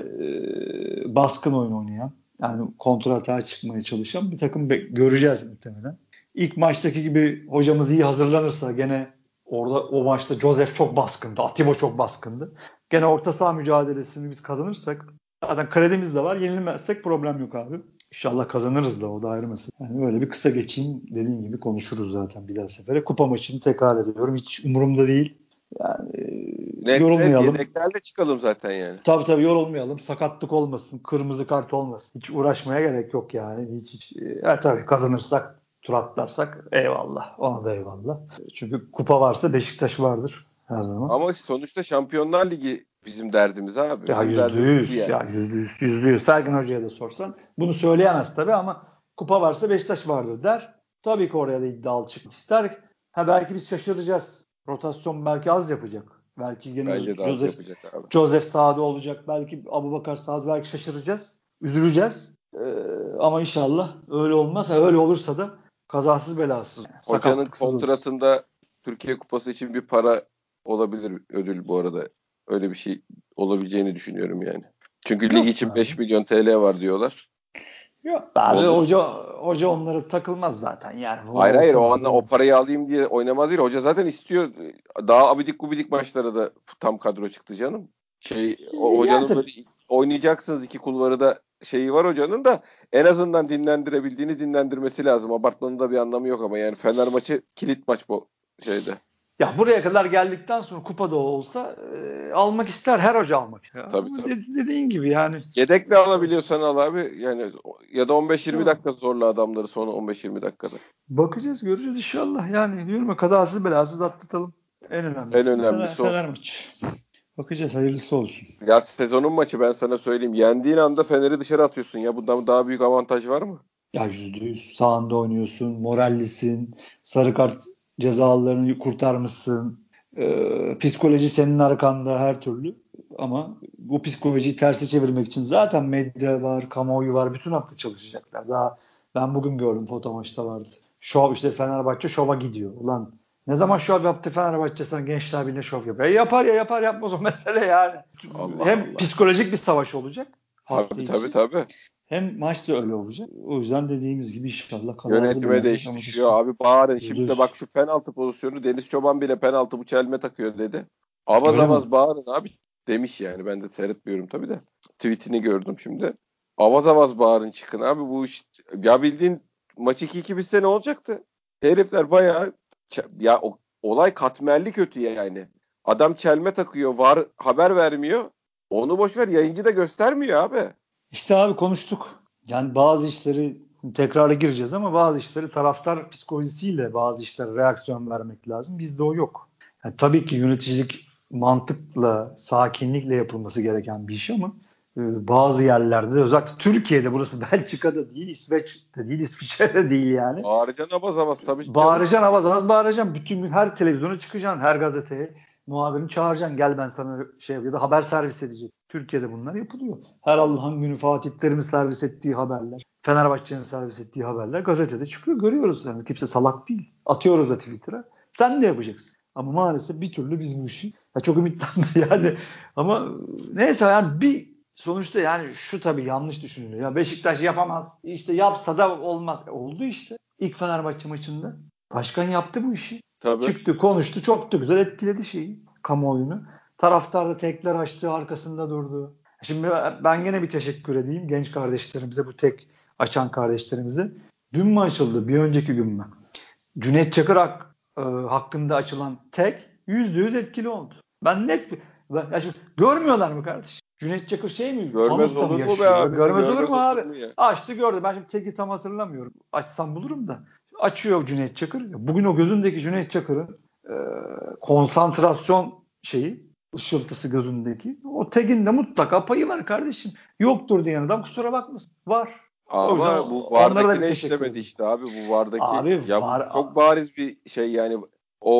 e, baskın oyun oynayan, yani kontra atağa çıkmaya çalışan bir takım be- göreceğiz muhtemelen. İlk maçtaki gibi hocamız iyi hazırlanırsa gene orada o maçta Joseph çok baskındı, Atiba çok baskındı. Gene orta saha mücadelesini biz kazanırsak, zaten kalecimiz de var. Yenilmezsek problem yok abi. İnşallah kazanırız da, o da ayrı mesele. Yani öyle bir kısa geçeyim, dediğin gibi konuşuruz zaten bir daha sefere. Kupa maçını tekrar ediyorum. Hiç umurumda değil. Yani e, Net net yorulmayalım. yedeklerle çıkalım zaten yani. Tabii tabii yorulmayalım. Sakatlık olmasın. Kırmızı kart olmasın. Hiç uğraşmaya gerek yok yani. Hiç hiç. E, tabii kazanırsak, tur atlarsak eyvallah. Ona da eyvallah. Çünkü kupa varsa Beşiktaş vardır her zaman. Ama sonuçta Şampiyonlar Ligi bizim derdimiz abi. Ya Bizim yüzde derdimiz bu yüz. yani. Ya yüzde yüz. Yüzde yüz. Sergen Hoca'ya da sorsan bunu söyleyemez tabii ama kupa varsa Beşiktaş vardır der. Tabii ki oraya da iddialı çıkmak ister. Ha belki biz şaşıracağız. Rotasyon belki az yapacak. Belki gene Bence de az Joseph yapacak abi. Joseph sahada olacak. Belki Abubakar sahada, belki şaşıracağız. Üzüleceğiz. Ee, ama inşallah öyle olmaz. Ha, öyle olursa da kazasız belasız, Hocanın sakatlıksız olsun. kontratında Türkiye Kupası için bir para olabilir, ödül bu arada. Öyle bir şey olabileceğini düşünüyorum yani. Çünkü lig Yok için abi. beş milyon T L var diyorlar. Yok abi, Olur. hoca hoca onlara takılmaz zaten yani. O Hayır hayır, olsun o abi, anda o olmasın. parayı alayım diye oynamaz değil. Hoca zaten istiyor. Daha abidik gubidik maçlara da tam kadro çıktı canım. Şey, o Yani hocanın tabii. böyle oynayacaksınız iki kulvarı da şeyi var hocanın da, en azından dinlendirebildiğini dinlendirmesi lazım. Abartmanın da bir anlamı yok ama yani Fener maçı kilit maç bu şeyde. Ya buraya kadar geldikten sonra kupada olsa e, almak ister. Her hoca almak ister. Tabii Ama tabii. de- dediğin gibi yani. Yedekle alabiliyorsan al abi. Yani ya da on beş yirmi Tamam. dakika zorla adamları, sonra on beş yirmi dakikada. Bakacağız, göreceğiz inşallah. Yani diyorum ya, kazasız belasız atlatalım. En En önemlisi Fener, önemlisi o. Fener maçı. Bakacağız, hayırlısı olsun. Ya sezonun maçı, ben sana söyleyeyim. Yendiğin anda Fener'i dışarı atıyorsun ya. Bundan daha büyük avantaj var mı? Ya yüzde yüz sahanda oynuyorsun, morallisin, sarı kart cezalarını kurtarmışsın. Ee, psikoloji senin arkanda her türlü. Ama bu psikolojiyi tersi çevirmek için zaten medya var, kamuoyu var. Bütün hafta çalışacaklar. Daha ben bugün gördüm, foto maçta vardı. Şov, işte Fenerbahçe şova gidiyor. Ulan ne zaman şov yaptı Fenerbahçe, sen Gençler Birliği'ne şov yapıyor. E yapar ya yapar, yapmaz o mesele yani. Allah Hem Allah. psikolojik bir savaş olacak hafta Tabii tabii içi. tabii. Hem maç da öyle olacak. O yüzden dediğimiz gibi inşallah kazasız Yönetime de belasız iş ama düşüyor. işte Abi bağırın. yüzde Şimdi de bak yüz. şu penaltı pozisyonu, Deniz Çoban bile penaltı, bu çelme takıyor dedi. Avaz Öyle mi? avaz bağırın abi demiş yani. Ben de seyretmiyorum tabii de. Tweetini gördüm şimdi. Avaz avaz bağırın, çıkın abi, bu iş. Ya bildiğin maç iki iki bitse ne olacaktı? Herifler bayağı ç- ya o, olay katmerli kötü yani. Adam çelme takıyor, var haber vermiyor. Onu boş ver, yayıncı da göstermiyor abi. İşte abi konuştuk. Yani bazı işleri tekrara gireceğiz ama bazı işleri taraftar psikolojisiyle, bazı işlere reaksiyon vermek lazım. Bizde o yok. Yani tabii ki yöneticilik mantıkla, sakinlikle yapılması gereken bir iş ama e, bazı yerlerde, özellikle Türkiye'de, burası Belçika'da değil, İsveç'te değil, İsviçre'de değil yani. Bağıracaksın avaz avaz tabii canım. Bağıracaksın, avaz avaz bağıracaksın. Bütün gün her televizyona çıkacaksın, her gazeteye muhabirini çağıracaksın. Gel ben sana şey, ya da haber servis edecek. Türkiye'de bunlar yapılıyor. Her Allah'ın günü Fatih Terim'in servis ettiği haberler, Fenerbahçe'nin servis ettiği haberler gazetede çıkıyor. Görüyoruz yani. Kimse salak değil. Atıyoruz da Twitter'a. Sen de yapacaksın. Ama maalesef bir türlü biz bu işi, ya çok ümitlenme yani, ama neyse yani bir sonuçta yani şu tabii yanlış düşünülüyor. Ya Beşiktaş yapamaz. İşte yapsa da olmaz. E oldu işte. İlk Fenerbahçe maçında. Başkan yaptı bu işi. Tabii. Çıktı, konuştu. Çok da güzel etkiledi şeyi, kamuoyunu. Taraftar da tekler açtı, arkasında durdu. Şimdi ben gene bir teşekkür edeyim genç kardeşlerimize, bu tek açan kardeşlerimize. Dün mü açıldı, bir önceki gün mü? Cüneyt Çakır hak, e, hakkında açılan tek yüzde yüz etkili oldu. Ben net bir... Ya şimdi görmüyorlar mı kardeş? Cüneyt Çakır şey mi? Görmez Fanusta mı olur mu be yaşıyor? abicim? Görmez olur Görmez mu olur abi? mu ya? Açtı gördü. Ben şimdi teki tam hatırlamıyorum. Açsam bulurum da. Açıyor Cüneyt Çakır. Bugün o gözündeki Cüneyt Çakır'ın e, konsantrasyon şeyi, ışıltısı gözündeki. O tegin de mutlaka payı var kardeşim. Yoktur diyen adam kusura bakmasın. Var. O yüzden Ama bu onlara da VAR'daki bir ne teşekkür işlemedi ederim. işte abi, bu VAR'daki Abi ya, bu var. çok bariz bir şey yani. O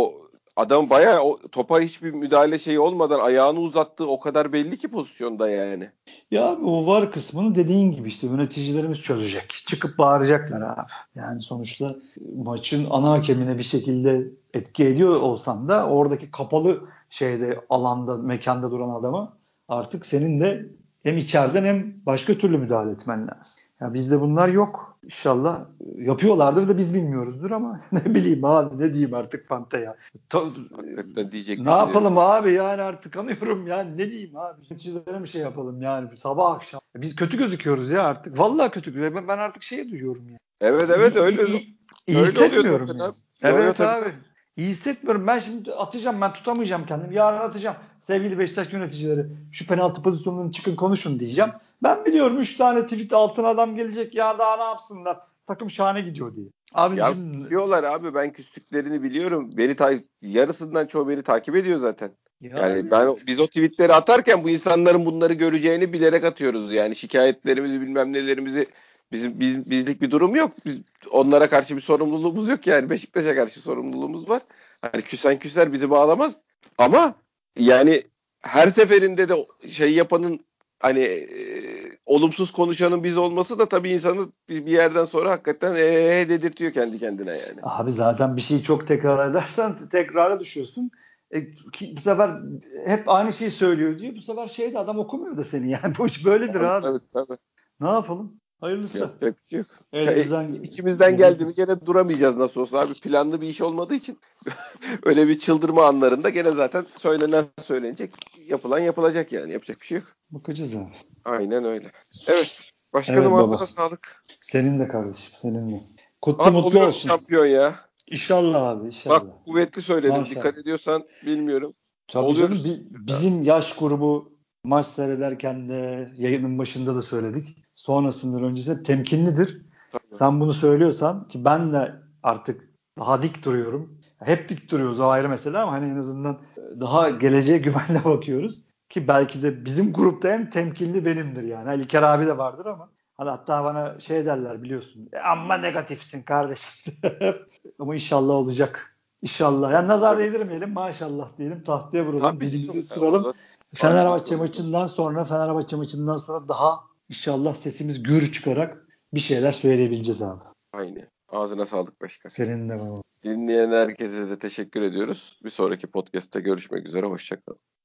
adam bayağı o, topa hiçbir müdahale şeyi olmadan ayağını uzattığı o kadar belli ki pozisyonda yani. Ya abi o var kısmını dediğin gibi işte yöneticilerimiz çözecek. Çıkıp bağıracaklar abi. Yani sonuçta maçın ana hakemine bir şekilde etki ediyor olsan da oradaki kapalı şeyde alanda mekanda duran adama artık senin de hem içeriden hem başka türlü müdahale etmen lazım. Ya bizde bunlar yok. İnşallah yapıyorlardır da biz bilmiyoruzdur ama ne bileyim abi ne diyeyim artık Fante ya. Ta- Hakikaten diyecek Ne bir şey de yok. yapalım abi yani artık anıyorum yani ne diyeyim abi. Yöneticilere mi şey yapalım yani sabah akşam. Biz kötü gözüküyoruz ya artık. Vallahi kötü gözüküyoruz. Ben, ben artık şey duyuyorum ya. Evet İyi, evet iyi, öyle iyi, iyi öyle oluyor hissetmiyorum zaten yani. abi. Yo yo Evet tabii abi. tabii. İyi hissetmiyorum. Ben şimdi atacağım. Ben tutamayacağım kendimi. Yarın atacağım. Sevgili Beşiktaş yöneticileri şu penaltı pozisyonlarını çıkın konuşun diyeceğim. Ben biliyorum üç tane tweet altına adam gelecek ya daha ne yapsınlar. Takım şahane gidiyor diye. Abi Ya şimdi diyorlar abi ben küstüklerini biliyorum. Beni ta- yarısından çoğu beni takip ediyor zaten. Yani yani ben biz o tweetleri atarken bu insanların bunları göreceğini bilerek atıyoruz. Yani şikayetlerimizi bilmem nelerimizi bizim biz, bizlik bir durum yok. Biz, onlara karşı bir sorumluluğumuz yok yani. Beşiktaş'a karşı sorumluluğumuz var. Hani küsen küser bizi bağlamaz. Ama yani her seferinde de şey yapanın hani e, olumsuz konuşanın biz olması da tabii insanı bir bir yerden sonra hakikaten ee dedirtiyor kendi kendine yani. abi zaten bir şeyi çok tekrar edersen tekrara düşüyorsun. E, ki bu sefer hep aynı şeyi söylüyor diyor. Bu sefer şeyde adam okumuyor da seni yani. Bu iş böyledir Tabii abi. tabii tabii. Ne yapalım? Hayırlısı. Yapacak bir şey yok. Ke- Elimizden İçimizden geleni geldi mi yapıyoruz. gene duramayacağız nasıl olsa abi. Planlı bir iş olmadığı için öyle bir çıldırma anlarında gene zaten söylenen söylenecek, yapılan yapılacak yani. Yapacak bir şey yok. Bakacağız abi. Aynen öyle. Evet. Başkanım Evet ağzına baba. sağlık. Senin de kardeşim. Senin de. Kutlu Abi mutlu oluyoruz olsun. şampiyon ya. İnşallah abi. Bak İnşallah. kuvvetli söyledim. Maşallah. Dikkat ediyorsan bilmiyorum. Tabii canım Oluyoruz. bi- bizim yaş grubu maç seyrederken de yayının başında da söyledik. Sonrasında öncesinde temkinlidir. Tabii. Sen bunu söylüyorsan ki ben de artık daha dik duruyorum. Hep dik duruyoruz o ayrı mesele ama hani en azından daha geleceğe güvenle bakıyoruz. Ki belki de bizim grupta en temkinli benimdir yani. Ali Ker abi de vardır ama. Hani hatta bana şey derler biliyorsun. "E, amma negatifsin kardeşim." Ama inşallah olacak. İnşallah. Yani nazar değdirmeyelim maşallah diyelim tahtaya vuralım Tabii dilimizi canım. Ya o ısıralım. zaten ayrı bir Fenerbahçe konu. maçından sonra Fenerbahçe maçından sonra daha inşallah sesimiz gür çıkarak bir şeyler söyleyebileceğiz abi. Aynı. Ağzına sağlık başkan. Senin de baba. Dinleyen herkese de teşekkür ediyoruz. Bir sonraki podcast'te görüşmek üzere. Hoşça kalın.